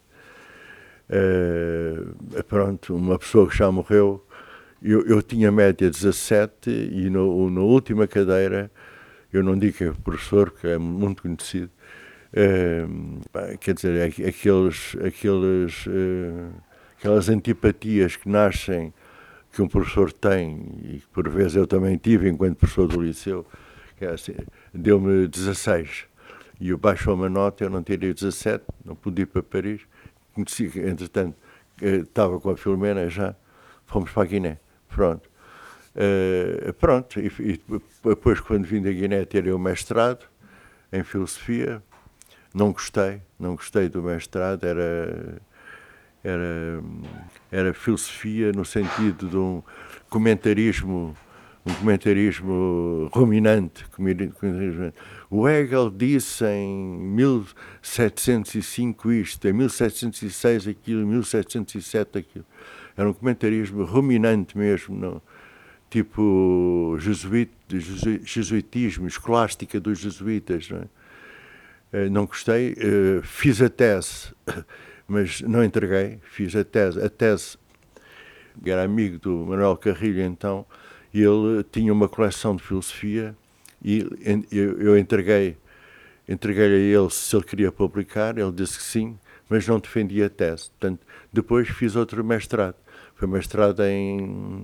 Pronto, uma pessoa que já morreu, eu tinha média 17 e na última cadeira, eu não digo que é professor, porque é muito conhecido, quer dizer, aquelas antipatias que nascem, que um professor tem, e que por vezes eu também tive enquanto professor do liceu, que é assim, deu-me 16, e baixou-me a nota, eu não tirei 17, não pude ir para Paris, conheci, entretanto, estava com a Filomena já, fomos para a Guiné, pronto. E depois quando vim da Guiné tirei o mestrado em Filosofia. Não gostei do mestrado, era filosofia no sentido de um comentarismo ruminante. O Hegel disse em 1705 isto, em 1706 aquilo, em 1707 aquilo. Era um comentarismo ruminante mesmo, não? Tipo jesuitismo, escolástica dos jesuítas, não é? Não gostei, fiz a tese, mas não entreguei, fiz a tese, era amigo do Manuel Carrilho então, e ele tinha uma coleção de filosofia e eu entreguei a ele se ele queria publicar, ele disse que sim, mas não defendia a tese. Portanto, depois fiz outro mestrado, foi mestrado em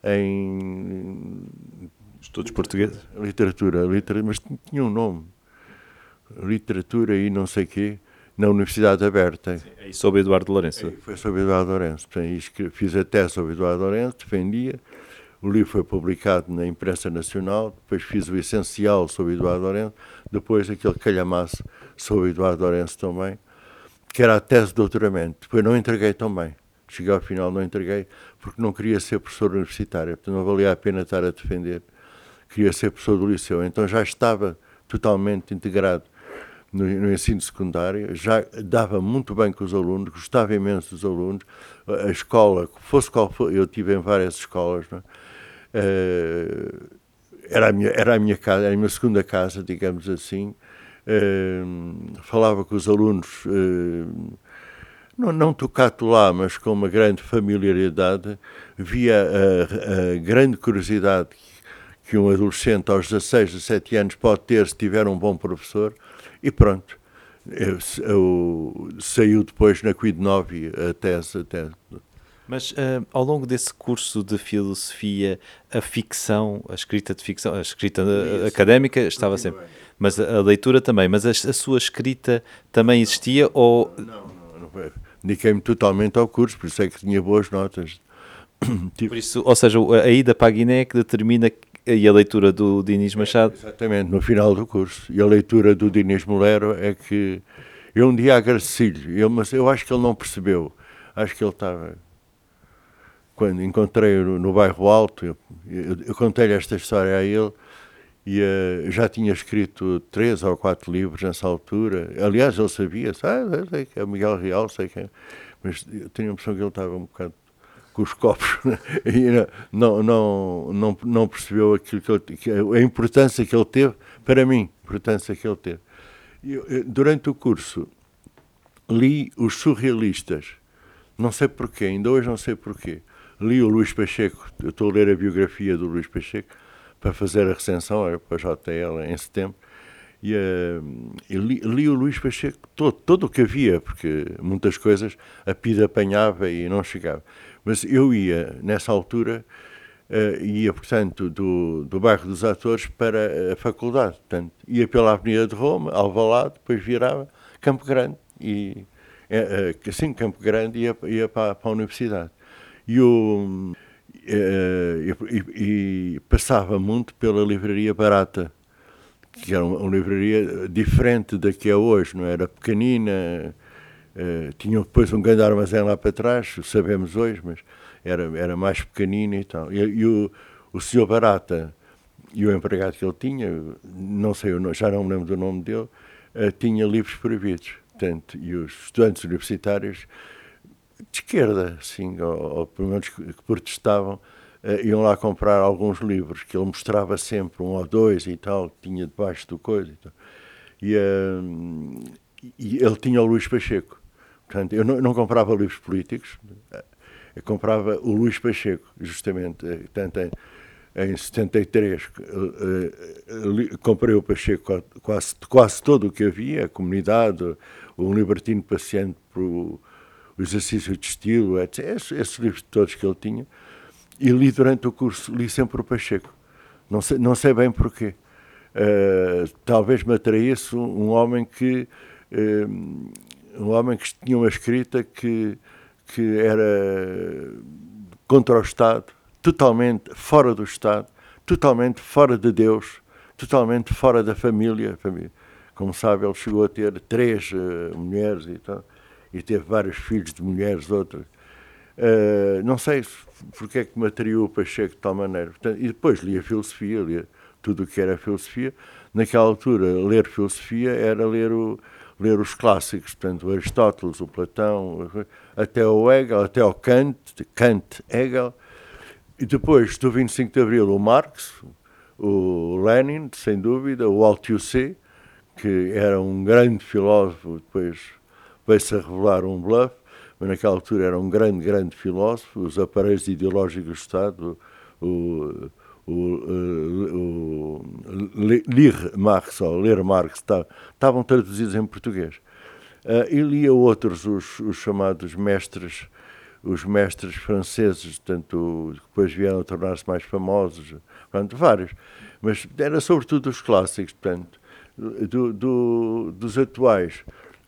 Estudos portugueses? Literatura, mas tinha um nome. Literatura e não sei quê, na Universidade Aberta. Sim, aí sobre Eduardo Lourenço. Foi sobre Eduardo Lourenço. Portanto, fiz a tese sobre Eduardo Lourenço, defendia. O livro foi publicado na imprensa nacional, depois fiz o essencial sobre Eduardo Lourenço, depois aquele calhamaço sobre Eduardo Lourenço também, que era a tese de doutoramento. Depois não entreguei também. Cheguei ao final, não entreguei, porque não queria ser professor universitário, portanto não valia a pena estar a defender. Queria ser professor do liceu, então já estava totalmente integrado no ensino secundário, já dava muito bem com os alunos, gostava imenso dos alunos, a escola, fosse qual for, eu estive em várias escolas, não é? Era a minha casa, era a minha segunda casa, digamos assim, falava com os alunos, não tocado lá, mas com uma grande familiaridade, via a grande curiosidade que um adolescente aos 16, 17 anos pode ter se tiver um bom professor. E pronto, saiu depois na Quid Novi a tese. Mas ao longo desse curso de filosofia, a escrita de ficção, a escrita académica estava sempre, mas a leitura também, mas a sua escrita também existia ou... Não. Dediquei-me totalmente ao curso, por isso é que tinha boas notas. Por isso, ou seja, a ida para a Guiné é que determina e a leitura do Dinis Machado. Exatamente, no final do curso. E a leitura do Dinis Molero é que eu um dia agradeci-lhe, mas eu acho que ele não percebeu. Acho que ele estava... Quando encontrei-o no Bairro Alto, eu contei-lhe esta história a ele, e já tinha escrito 3 ou 4 livros nessa altura. Aliás, ele sabia, sei que é o Miguel Real, sei que é, mas eu tinha a impressão que ele estava um bocado com os copos e não percebeu a importância que ele teve para mim, a importância que ele teve. Durante o curso li os surrealistas, não sei porquê, ainda hoje não sei porquê. Li o Luís Pacheco, eu estou a ler a biografia do Luís Pacheco para fazer a recensão para a JL em setembro, e li o Luís Pacheco todo o que havia, porque muitas coisas a PIDE apanhava e não chegava. Mas eu ia, nessa altura, portanto, do bairro dos Atores para a faculdade. Portanto, ia pela Avenida de Roma, Alvalade, depois virava Campo Grande, e assim, Campo Grande ia para a universidade. E passava muito pela Livraria Barata, que era uma livraria diferente da que é hoje, não era pequenina, tinha depois um grande armazém lá para trás, sabemos hoje, mas era mais pequenina e tal. E o senhor Barata e o empregado que ele tinha, não sei, já não me lembro do nome dele, tinha livros proibidos. Portanto, e os estudantes universitários de esquerda, assim, ou pelo menos que protestavam, iam lá comprar alguns livros que ele mostrava sempre, 1 ou 2 e tal, que tinha debaixo do coisa e tal. E ele tinha o Luís Pacheco. Portanto, eu não comprava livros políticos, eu comprava o Luís Pacheco, justamente. Portanto, em 73, comprei o Pacheco quase todo o que havia, a Comunidade, um Libertino Paciente para o Exercício de Estilo, etc. Esses livros todos que ele tinha. E li durante o curso, li sempre o Pacheco. Não sei bem porquê. Talvez me atraísse um homem que tinha uma escrita que era contra o Estado, totalmente fora do Estado, totalmente fora de Deus, totalmente fora da família. Como sabe, ele chegou a ter 3 mulheres e tal, e teve vários filhos de mulheres, outras. Não sei porque é que me atraiu o Pacheco de tal maneira. Portanto, e depois lia filosofia, lia tudo o que era filosofia. Naquela altura, ler filosofia era ler os clássicos, portanto, o Aristóteles, o Platão, até o Hegel, até o Kant, Hegel. E depois do 25 de Abril, o Marx, o Lenin, sem dúvida, o Althusser, que era um grande filósofo, depois veio-se a revelar um bluff, mas naquela altura era um grande filósofo. Os aparelhos ideológicos do Estado, ler Marx, estavam traduzidos em português. E lia outros, os chamados mestres, os mestres franceses, tanto depois vieram a tornar-se mais famosos, portanto, vários. Mas era sobretudo os clássicos, portanto, dos atuais.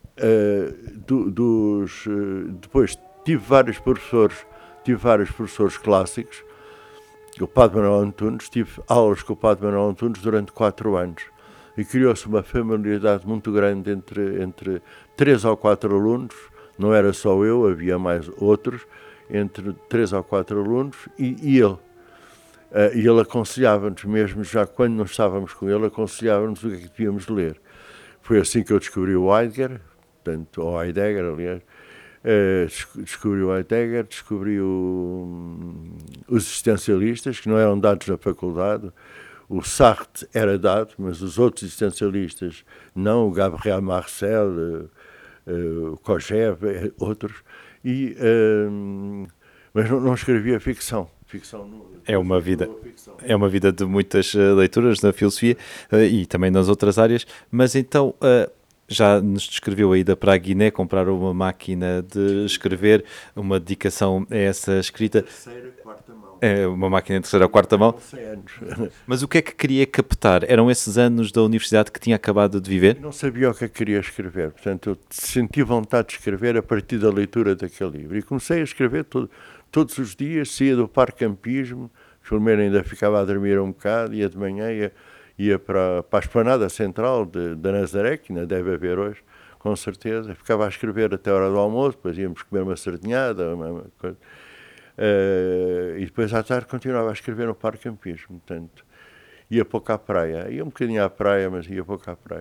Depois tive vários professores clássicos. O Padre Manuel Antunes, tive aulas com o Padre Manuel Antunes durante 4 anos e criou-se uma familiaridade muito grande entre 3 ou 4 alunos, não era só eu, havia mais outros, entre 3 ou 4 alunos e ele. E ele aconselhava-nos, mesmo já quando não estávamos com ele, aconselhava-nos o que é que devíamos ler. Foi assim que eu descobri o Heidegger, ou Heidegger, aliás. Descobri o Heidegger, descobri os existencialistas, que não eram dados na faculdade. O Sartre era dado, mas os outros existencialistas não, o Gabriel Marcel, o Kojève, outros. Mas não escrevia ficção. É uma vida de muitas leituras na filosofia e também nas outras áreas, mas então... já nos descreveu a ida para a Guiné, comprar uma máquina de escrever, uma dedicação a essa escrita. Terceira, quarta mão. Uma máquina de terceira ou quarta mão. 100 anos. Mas o que é que queria captar? Eram esses anos da universidade que tinha acabado de viver? Eu não sabia o que é que queria escrever, portanto eu senti vontade de escrever a partir da leitura daquele livro. E comecei a escrever todos os dias, saía do parque campismo, Filomena ainda ficava a dormir um bocado, ia de manhã, ia para a esplanada central da Nazaré, que ainda deve haver hoje, com certeza. Ficava a escrever até a hora do almoço, depois íamos comer uma sardinhada, uma coisa. E depois à tarde continuava a escrever no Parque Campismo. Portanto, ia pouco à praia. Ia um bocadinho à praia, mas ia pouco à praia.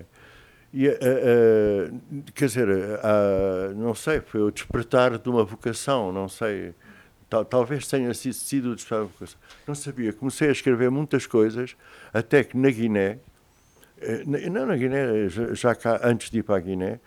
Quer dizer, não sei, foi o despertar de uma vocação, não sei. Talvez tenha sido o despertar de uma vocação. Não sabia. Comecei a escrever muitas coisas, até que na Guiné, não na Guiné, já cá, antes de ir para a Guiné,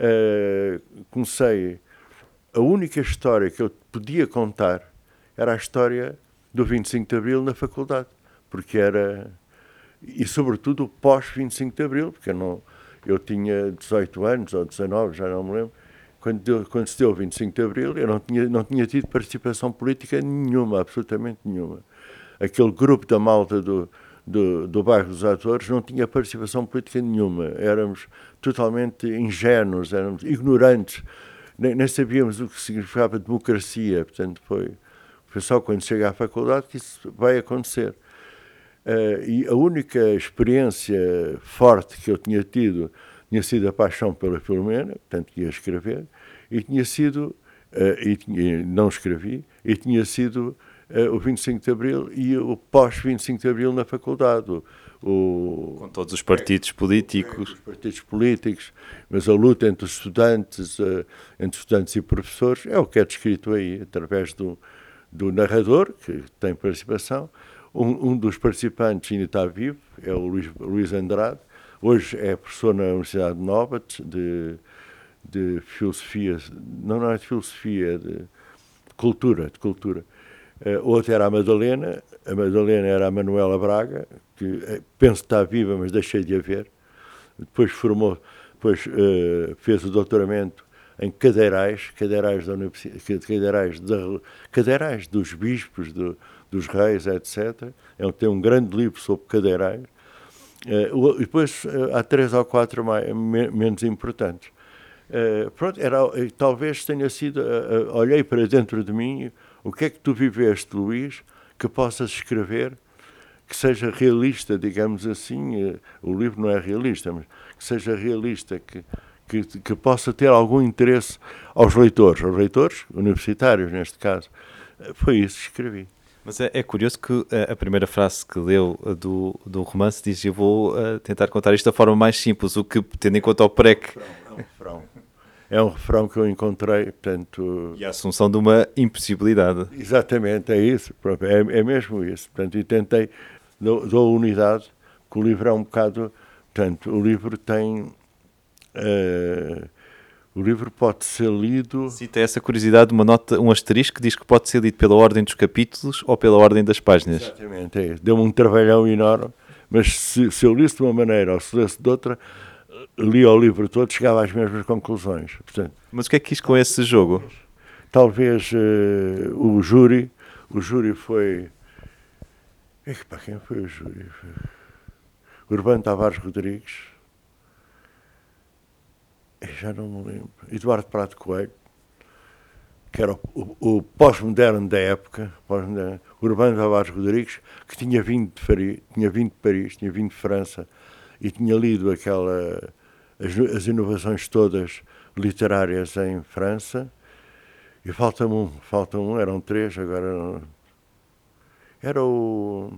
comecei. A única história que eu podia contar era a história do 25 de Abril na faculdade, porque era, e sobretudo o pós-25 de Abril, porque eu tinha 18 anos ou 19, já não me lembro, quando se deu o 25 de Abril, eu não tinha tido participação política nenhuma, absolutamente nenhuma. Aquele grupo da malta do bairro dos Atores não tinha participação política nenhuma, éramos totalmente ingênuos, éramos ignorantes, nem sabíamos o que significava democracia, portanto foi só quando chega à faculdade que isso vai acontecer. E a única experiência forte que eu tinha tido tinha sido a paixão pela Filomena, portanto ia escrever, e tinha sido, não escrevi, e tinha sido o 25 de Abril e o pós-25 de Abril na faculdade. Com todos os partidos políticos. Os partidos políticos, mas a luta entre os estudantes e professores, é o que é descrito aí, através do narrador, que tem participação. Um dos participantes ainda está vivo, é o Luís Andrade. Hoje é professor na Universidade Nova de filosofia, não é de filosofia, de cultura. Outra era a Madalena era a Manuela Braga, que penso que está viva, mas deixei de a ver. Depois fez o doutoramento em cadeirais da universidade, cadeirais dos bispos, dos reis, etc. Tem um grande livro sobre cadeirais. E depois há 3 ou 4 menos importantes. Pronto, talvez tenha sido, olhei para dentro de mim, o que é que tu viveste, Luís, que possas escrever, que seja realista, digamos assim, o livro não é realista, mas que seja realista, que possa ter algum interesse aos leitores universitários, neste caso. Foi isso que escrevi. Mas é curioso que a primeira frase que leu do romance diz: eu vou tentar contar isto da forma mais simples, o que, tendo em conta o PREC... É um refrão que eu encontrei, portanto... E a assunção de uma impossibilidade. Exatamente, é isso, é mesmo isso. Portanto, e tentei, dou unidade, que o livro é um bocado... Portanto, o livro tem... o livro pode ser lido... Se tem essa curiosidade, uma nota, um asterisco que diz que pode ser lido pela ordem dos capítulos ou pela ordem das páginas. Exatamente, é isso. Deu-me um trabalhão enorme, mas se eu lisse de uma maneira ou se lesse de outra... Lia o livro todo, chegava às mesmas conclusões. Portanto, mas o que é que quis com esse jogo? Talvez o júri foi... Quem foi o júri? Urbano Tavares Rodrigues, já não me lembro, Eduardo Prado Coelho, que era o pós-moderno da época, Urbano Tavares Rodrigues, que tinha vindo de Paris, tinha vindo de França, e tinha lido as inovações todas literárias em França, e falta um, eram 3, agora era o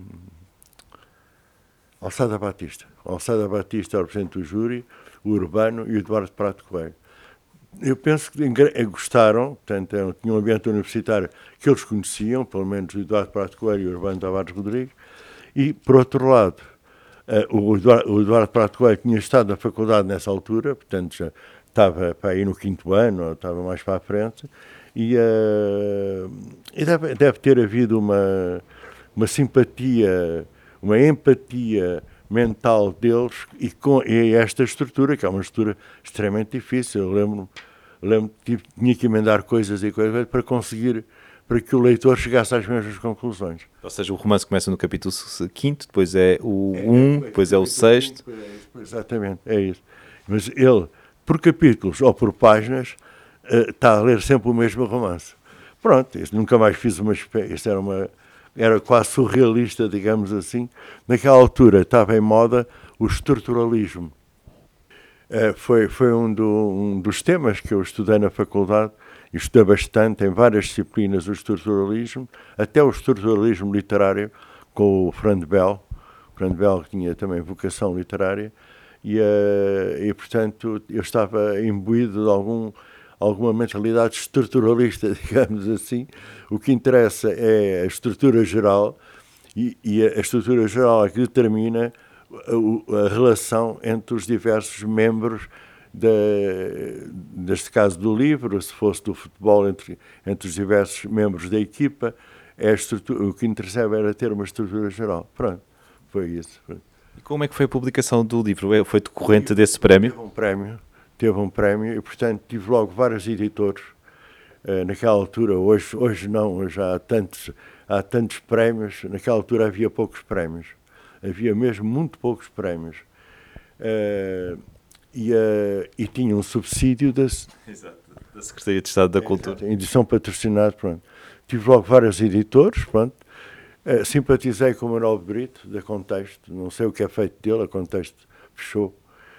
Alçada Batista. O Alçada Batista era o presidente do júri, o Urbano e o Eduardo Prado Coelho. Eu penso que gostaram, portanto, tinha um ambiente universitário que eles conheciam, pelo menos o Eduardo Prado Coelho e o Urbano Tavares Rodrigues, e, por outro lado, o Eduardo Prado Coelho tinha estado na faculdade nessa altura, portanto já estava para aí no 5º ano, ou estava mais para a frente, e deve ter havido uma simpatia, uma empatia mental deles e esta estrutura, que é uma estrutura extremamente difícil. Eu lembro que tinha que emendar coisas para que o leitor chegasse às mesmas conclusões. Ou seja, o romance começa no capítulo 5º, depois é o 1, depois é o 6º. Exatamente, é isso. Mas ele, por capítulos ou por páginas, está a ler sempre o mesmo romance. Pronto, nunca mais fiz isso era era quase surrealista, digamos assim. Naquela altura estava em moda o estruturalismo. Foi um dos temas que eu estudei na faculdade, e estudei bastante em várias disciplinas o estruturalismo, até o estruturalismo literário, com o Franz Bell. O Franz Bell tinha também vocação literária, e portanto, eu estava imbuído de alguma mentalidade estruturalista, digamos assim. O que interessa é a estrutura geral, e a estrutura geral é que determina a relação entre os diversos membros, neste caso do livro, se fosse do futebol, entre os diversos membros da equipa. O que interessava era ter uma estrutura geral. Pronto, foi isso. E como é que foi a publicação do livro? Foi decorrente desse prémio? Teve um prémio e, portanto, tive logo vários editores. Naquela altura, hoje não, hoje há tantos prémios. Naquela altura havia poucos prémios. Havia mesmo muito poucos prémios. E tinha um subsídio da Secretaria de Estado da Cultura. Edição patrocinada, pronto. Tive logo vários editores, pronto. Simpatizei com o Manuel de Brito, da Contexto. Não sei o que é feito dele, a Contexto fechou.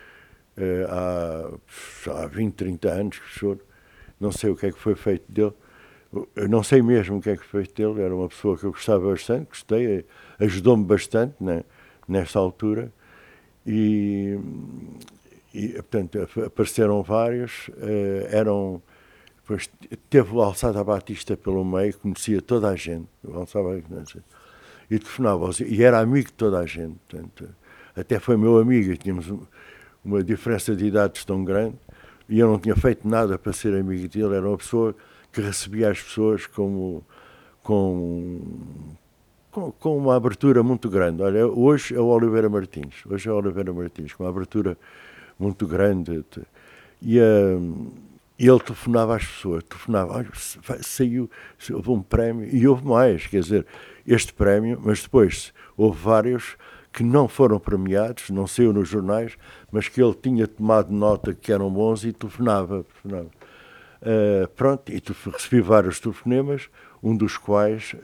Há 20, 30 anos que fechou. Não sei o que é que foi feito dele. Eu não sei mesmo o que é que foi feito dele. Era uma pessoa que eu gostava bastante, gostei, ajudou-me bastante, né, nesta altura. E portanto, apareceram vários. Depois teve o Alçada Batista pelo meio, conhecia toda a gente. O Alçada Batista. E telefonava, e era amigo de toda a gente. Portanto, até foi meu amigo, tínhamos uma diferença de idades tão grande, e eu não tinha feito nada para ser amigo dele. Era uma pessoa que recebia as pessoas com uma abertura muito grande. Olha, hoje é o Oliveira Martins, com uma abertura muito grande. E ele telefonava às pessoas, olha, houve um prémio, e houve mais, quer dizer, este prémio, mas depois houve vários que não foram premiados, não saiu nos jornais, mas que ele tinha tomado nota que eram bons e telefonava. Pronto, e recebi vários telefonemas, um dos quais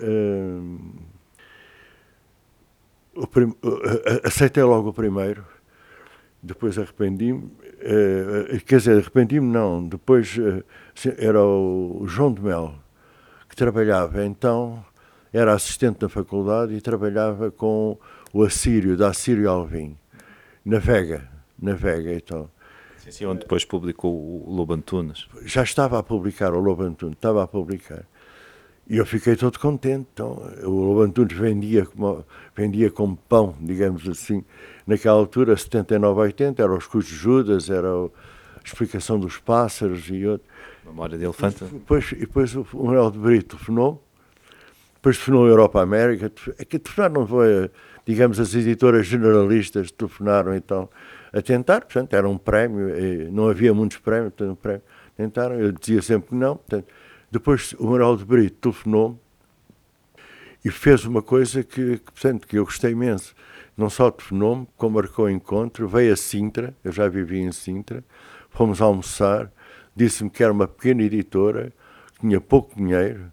aceitei logo o primeiro, depois arrependi-me, arrependi-me não, depois era o João de Mel, que trabalhava, então era assistente na faculdade e trabalhava com o Assírio, da Assírio Alvim, na Vega e tal. Sim, onde depois publicou o Lobo Antunes. Já estava a publicar o Lobo Antunes, E eu fiquei todo contente. Então, o Lobo Antunes vendia como pão, digamos assim. Naquela altura, 79, 80, era os Custos Judas, era a explicação dos pássaros e outro. Memória de Elefante. Depois o Manuel de Brito telefonou. Depois telefonou a Europa América. É que telefonaram, digamos, as editoras generalistas telefonaram então a tentar. Portanto, era um prémio, não havia muitos prémios, portanto, um prémio. Tentaram, eu dizia sempre que não. Portanto, depois o Manuel de Brito telefonou e fez uma coisa que eu gostei imenso. Não só telefonou-me, como marcou encontro, veio a Sintra, eu já vivia em Sintra, fomos almoçar, disse-me que era uma pequena editora, que tinha pouco dinheiro.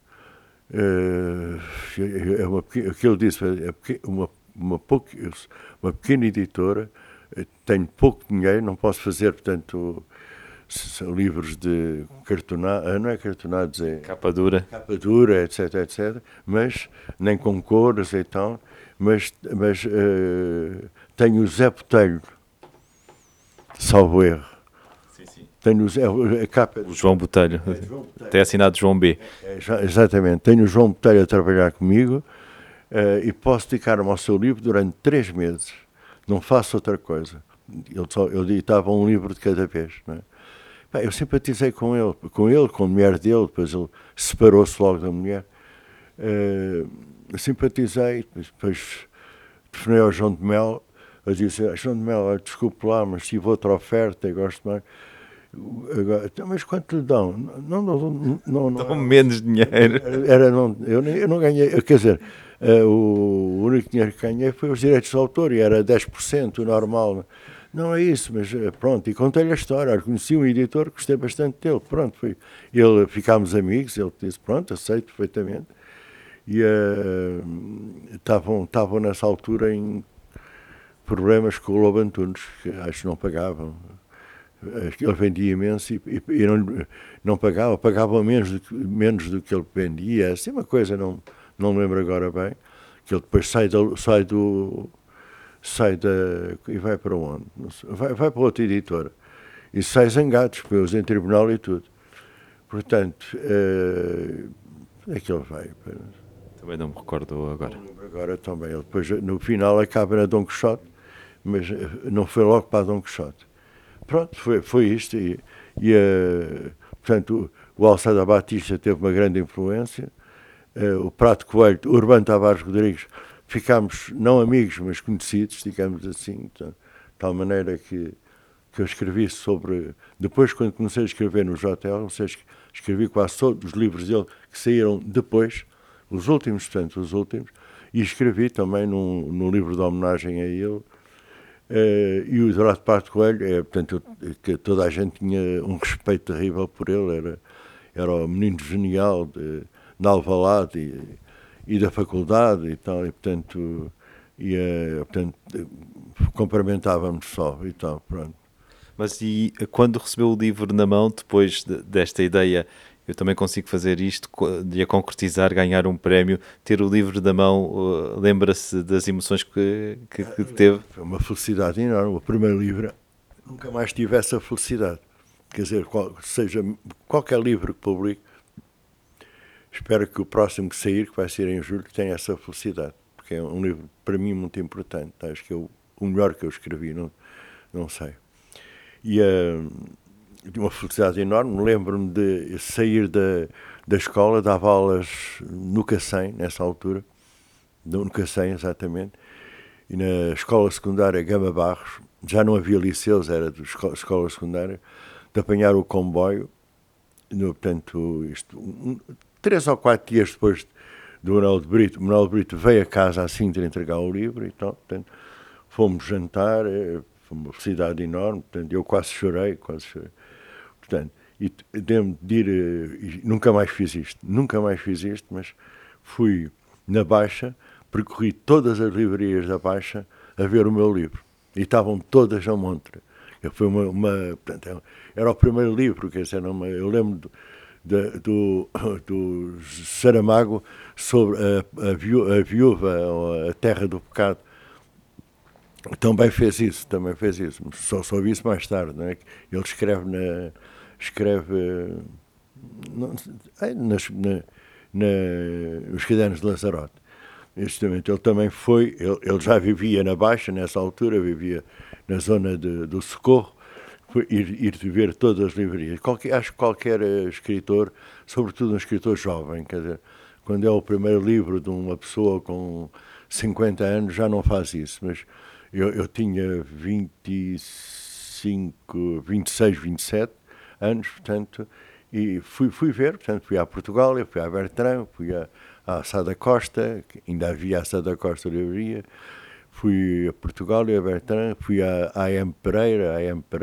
O que ele disse é uma pequena editora, tenho pouco dinheiro, não posso fazer, portanto, livros de cartonado, não é cartonados, é capa dura, etc, mas nem com cores e tal, mas tenho o Zé Botelho, salvo erro. Sim. Tenho a capa. O João Botelho, até assinado João B. Exatamente, tenho o João Botelho a trabalhar comigo e posso dedicar-me ao seu livro durante 3 meses, não faço outra coisa. Eu editava um livro de cada vez, não é? Eu simpatizei com ele, com a mulher dele, depois ele separou-se logo da mulher. Simpatizei, depois telefonei ao João de Mel, a dizer, João de Mel, desculpe lá, mas tive outra oferta e gosto mais. Agora, mas quanto lhe dão? Não dão menos dinheiro. Eu não ganhei, quer dizer, o único dinheiro que ganhei foi os direitos de autor e era 10%, o normal. Não é isso, mas pronto, e contei-lhe a história. Conheci um editor, gostei bastante dele, pronto, ficámos amigos, ele disse, pronto, aceito perfeitamente. e estavam nessa altura em problemas com o Lobo Antunes, que acho que não pagavam. Ele vendia imenso e não pagava menos do que ele vendia, assim uma coisa, não me lembro agora bem, que ele depois sai e vai para onde? Vai para outra editora e sai zangado, depois em tribunal e tudo. Portanto, é que ele vai. Também não me recordo agora. Não me lembro agora também. Ele depois, no final, acaba na Dom Quixote, mas não foi logo para a Dom Quixote. Pronto, foi isto. Portanto, o Alçada Batista teve uma grande influência. O Prato Coelho, o Urbano Tavares Rodrigues, ficámos não amigos, mas conhecidos, digamos assim, de tal maneira que eu escrevi sobre... Depois, quando comecei a escrever no JL, escrevi quase todos os livros dele que saíram depois, os últimos, e escrevi também num livro de homenagem a ele. E o Eduardo Prato Coelho, portanto, que toda a gente tinha um respeito terrível por ele, era o menino genial de Alvalade e da faculdade e tal, e portanto cumprimentávamos só e tal, pronto. Mas e quando recebeu o livro na mão, depois desta ideia, eu também consigo fazer isto, de a concretizar, ganhar um prémio, ter o livro na mão, lembra-se das emoções que teve? Foi uma felicidade enorme. O primeiro livro, nunca mais tive essa felicidade. Quer dizer, seja qualquer livro que publique, espero que o próximo que sair, que vai ser em julho, tenha essa felicidade. Porque é um livro, para mim, muito importante. Acho que é o melhor que eu escrevi, não sei. E de uma felicidade enorme. Lembro-me de sair da escola, dava aulas no Cacém, nessa altura, no Cacém, exatamente, e na escola secundária Gama Barros, já não havia liceus, era de escola secundária, de apanhar o comboio, portanto, 3 ou 4 dias depois do Manuel de Brito veio a casa a Sintra entregar o livro e tal, portanto, fomos jantar, foi uma felicidade enorme, portanto, eu quase chorei. Portanto, e devo de ir, nunca mais fiz isto, mas fui na Baixa, percorri todas as livrarias da Baixa a ver o meu livro, e estavam todas na montra. Foi portanto, era o primeiro livro, quer dizer, eu lembro do Saramago sobre a viúva, ou a terra do pecado. Também fez isso, só vi isso mais tarde, não é? Ele escreve nos Cadernos de Lazarote. Justamente, ele também ele já vivia na Baixa, nessa altura, vivia na zona do Socorro, ir ver todas as livrarias. Acho que qualquer escritor, sobretudo um escritor jovem, quer dizer, quando é o primeiro livro de uma pessoa com 50 anos, já não faz isso, mas eu tinha 25, 26, 27 anos, portanto, e fui ver, portanto, fui à Portugal, fui à Bertrand, fui à Sada Costa, que ainda havia a Sada Costa livraria, fui a Portugal e a Bertrand, fui à AM Pereira,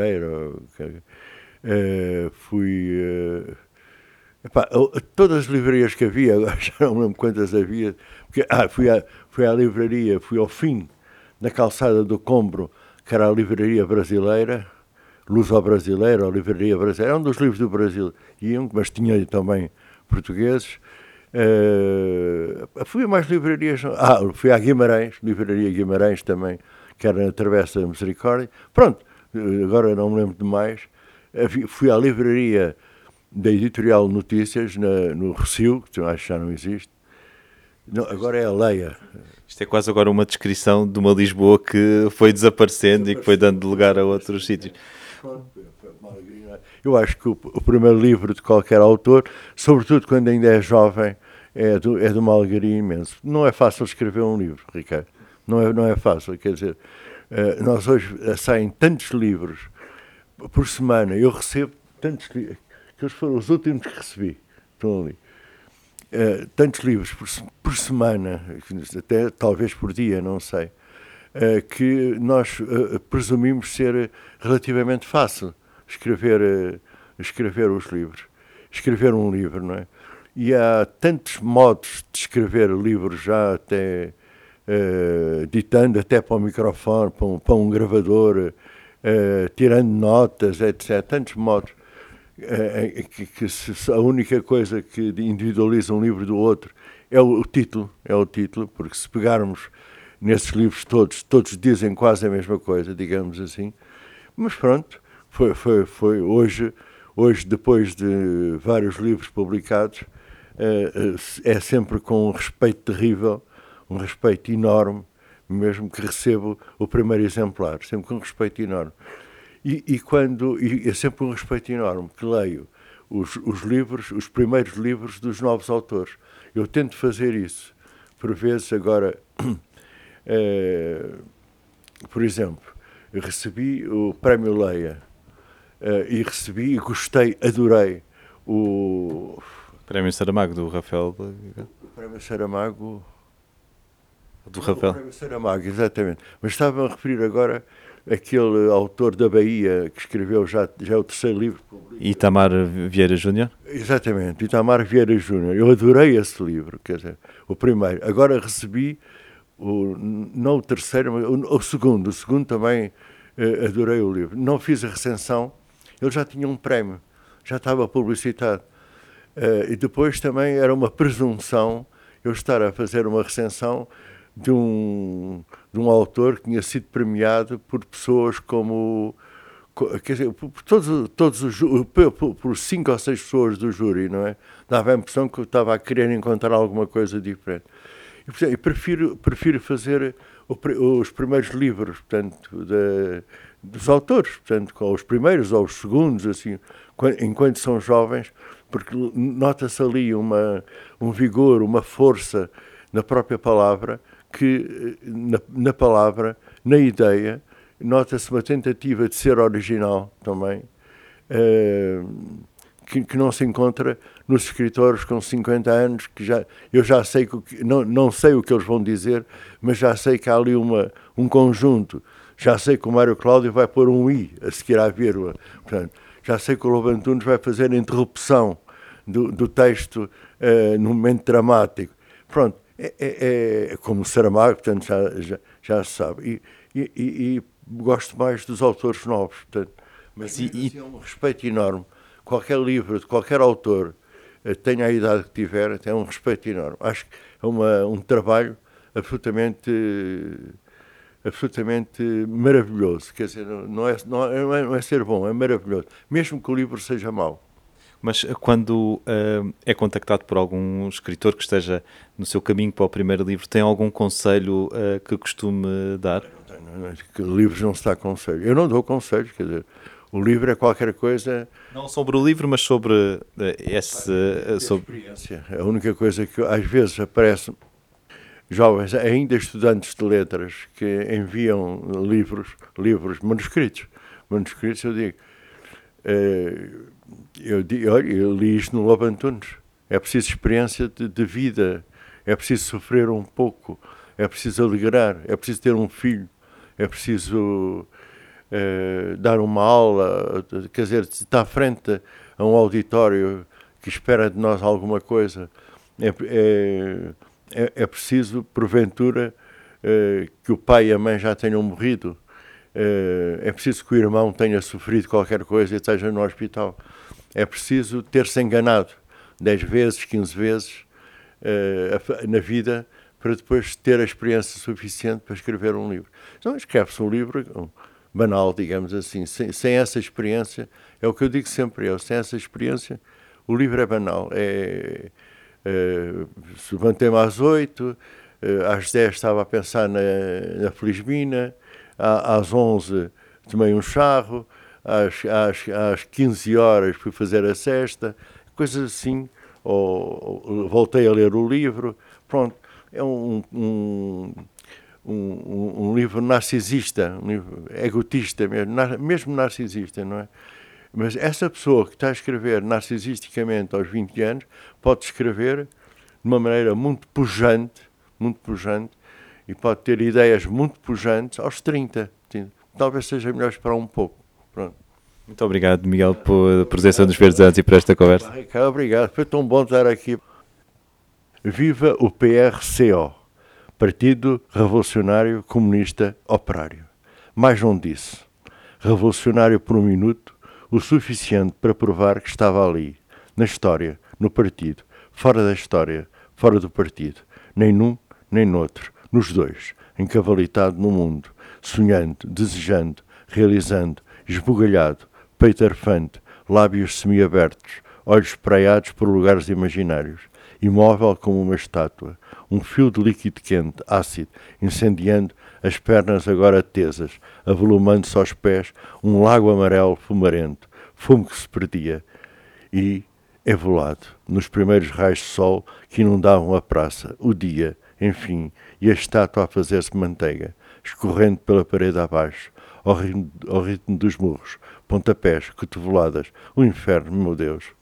fui... todas as livrarias que havia, já não lembro quantas havia, porque, fui à livraria, fui ao fim, na calçada do Combro, que era a livraria brasileira, Luso-Brasileira, a livraria brasileira, era um dos livros do Brasil, mas tinha também portugueses. Fui a mais livrarias, fui à Guimarães, livraria Guimarães também, que era na Travessa da Misericórdia. Pronto, agora não me lembro de mais. Fui à livraria da Editorial Notícias, no Rossio, que acho que já não existe. Não, agora é a Leia. Isto é quase agora uma descrição de uma Lisboa que foi desaparecendo e que foi dando lugar a outros sítios. Eu acho que o primeiro livro de qualquer autor, sobretudo quando ainda é jovem, é de uma alegria imensa. Não é fácil escrever um livro, Ricardo. Não é fácil, quer dizer, nós hoje saem tantos livros por semana, eu recebo tantos livros, que eles foram os últimos que recebi, estão ali. Tantos livros por semana, até talvez por dia, não sei, que nós presumimos ser relativamente fácil escrever os livros, escrever um livro, não é? E há tantos modos de escrever livros já, até ditando até para o microfone, para um gravador, tirando notas, etc. Tantos modos. A única coisa que individualiza um livro do outro é o título, porque se pegarmos nesses livros todos dizem quase a mesma coisa, digamos assim. Mas pronto, foi hoje, depois de vários livros publicados, é sempre com um respeito terrível, um respeito enorme, mesmo que recebo o primeiro exemplar, sempre com um respeito enorme. E é sempre um respeito enorme que leio os livros, os primeiros livros dos novos autores. Eu tento fazer isso. Por vezes agora, por exemplo, eu recebi o Prémio Leia e gostei, adorei o Prémio Saramago do Rafael. O Prémio Saramago. Do Rafael. O Prémio Saramago, exatamente. Mas estava a referir agora aquele autor da Bahia que escreveu já o terceiro livro. Itamar Vieira Júnior? Exatamente, Itamar Vieira Júnior. Eu adorei esse livro, quer dizer, o primeiro. Agora recebi, não o terceiro, mas o segundo. O segundo também adorei o livro. Não fiz a recensão, ele já tinha um prémio, já estava publicitado. E depois também era uma presunção eu estar a fazer uma recensão de um autor que tinha sido premiado por pessoas como, quer dizer, por 5 ou 6 pessoas do júri, não é? Dava a impressão que eu estava a querer encontrar alguma coisa diferente. E, portanto, eu prefiro fazer os primeiros livros, portanto, dos autores, portanto, com os primeiros ou os segundos, assim, enquanto são jovens, porque nota-se ali um vigor, uma força na própria palavra, que na palavra, na ideia, nota-se uma tentativa de ser original também, que não se encontra nos escritores com 50 anos, que eu já sei, não sei o que eles vão dizer, mas já sei que há ali um conjunto. Já sei que o Mário Cláudio vai pôr um i a seguir à vírgula. Portanto, já sei que o Lobo Antunes vai fazer a interrupção do texto no momento dramático. Pronto, é como o Saramago, portanto, já se sabe. E gosto mais dos autores novos, portanto. Mas assim, é um respeito enorme. Qualquer livro, de qualquer autor, tenha a idade que tiver, tem um respeito enorme. Acho que é um trabalho absolutamente maravilhoso. Quer dizer, não é ser bom, é maravilhoso. Mesmo que o livro seja mau. Mas quando é contactado por algum escritor que esteja no seu caminho para o primeiro livro, tem algum conselho que costume dar? Livros não se dá conselho. Eu não dou conselhos, quer dizer, o livro é qualquer coisa... Não sobre o livro, mas sobre sobre experiência. A única coisa que às vezes aparece jovens, ainda estudantes de letras, que enviam livros, manuscritos, eu digo... Eu li isto no Lobo Antunes. É preciso experiência de vida, é preciso sofrer um pouco, é preciso alegrar, é preciso ter um filho, é preciso dar uma aula, quer dizer, estar à frente a um auditório que espera de nós alguma coisa. É preciso, porventura, que o pai e a mãe já tenham morrido. É preciso que o irmão tenha sofrido qualquer coisa e esteja no hospital. É preciso ter-se enganado 10 vezes, 15 vezes na vida para depois ter a experiência suficiente para escrever um livro. Então escreve-se um livro banal, digamos assim, sem essa experiência. É o que eu digo sempre, sem essa experiência o livro é banal. Levantei-me às 8, às 10 estava a pensar na Felismina, às 11 tomei um charro, às 15 horas fui fazer a sesta, coisas assim, ou voltei a ler o livro. Pronto, é um livro narcisista, um livro egotista mesmo narcisista, não é? Mas essa pessoa que está a escrever narcisisticamente aos 20 anos pode escrever de uma maneira muito pujante, e pode ter ideias muito pujantes aos 30. Talvez seja melhor esperar um pouco. Pronto. Muito obrigado, Miguel, pela presença nos Verdes Anos e por esta conversa. Ricardo, obrigado. Foi tão bom estar aqui. Viva o PRCO, Partido Revolucionário Comunista Operário. Mais não disse. Revolucionário por um minuto, o suficiente para provar que estava ali, na história, no partido, fora da história, fora do partido, nem num, nem noutro, nos dois, encavalitado no mundo, sonhando, desejando, realizando, esbugalhado, peito arfante, lábios semiabertos, olhos espraiados por lugares imaginários, imóvel como uma estátua, um fio de líquido quente, ácido, incendiando as pernas agora tesas, avolumando-se aos pés um lago amarelo fumarento, fumo que se perdia, e evolado, nos primeiros raios de sol que inundavam a praça, o dia, enfim, e a estátua a fazer-se manteiga, escorrendo pela parede abaixo, ao ritmo dos murros, pontapés, cotoveladas, o inferno, meu Deus.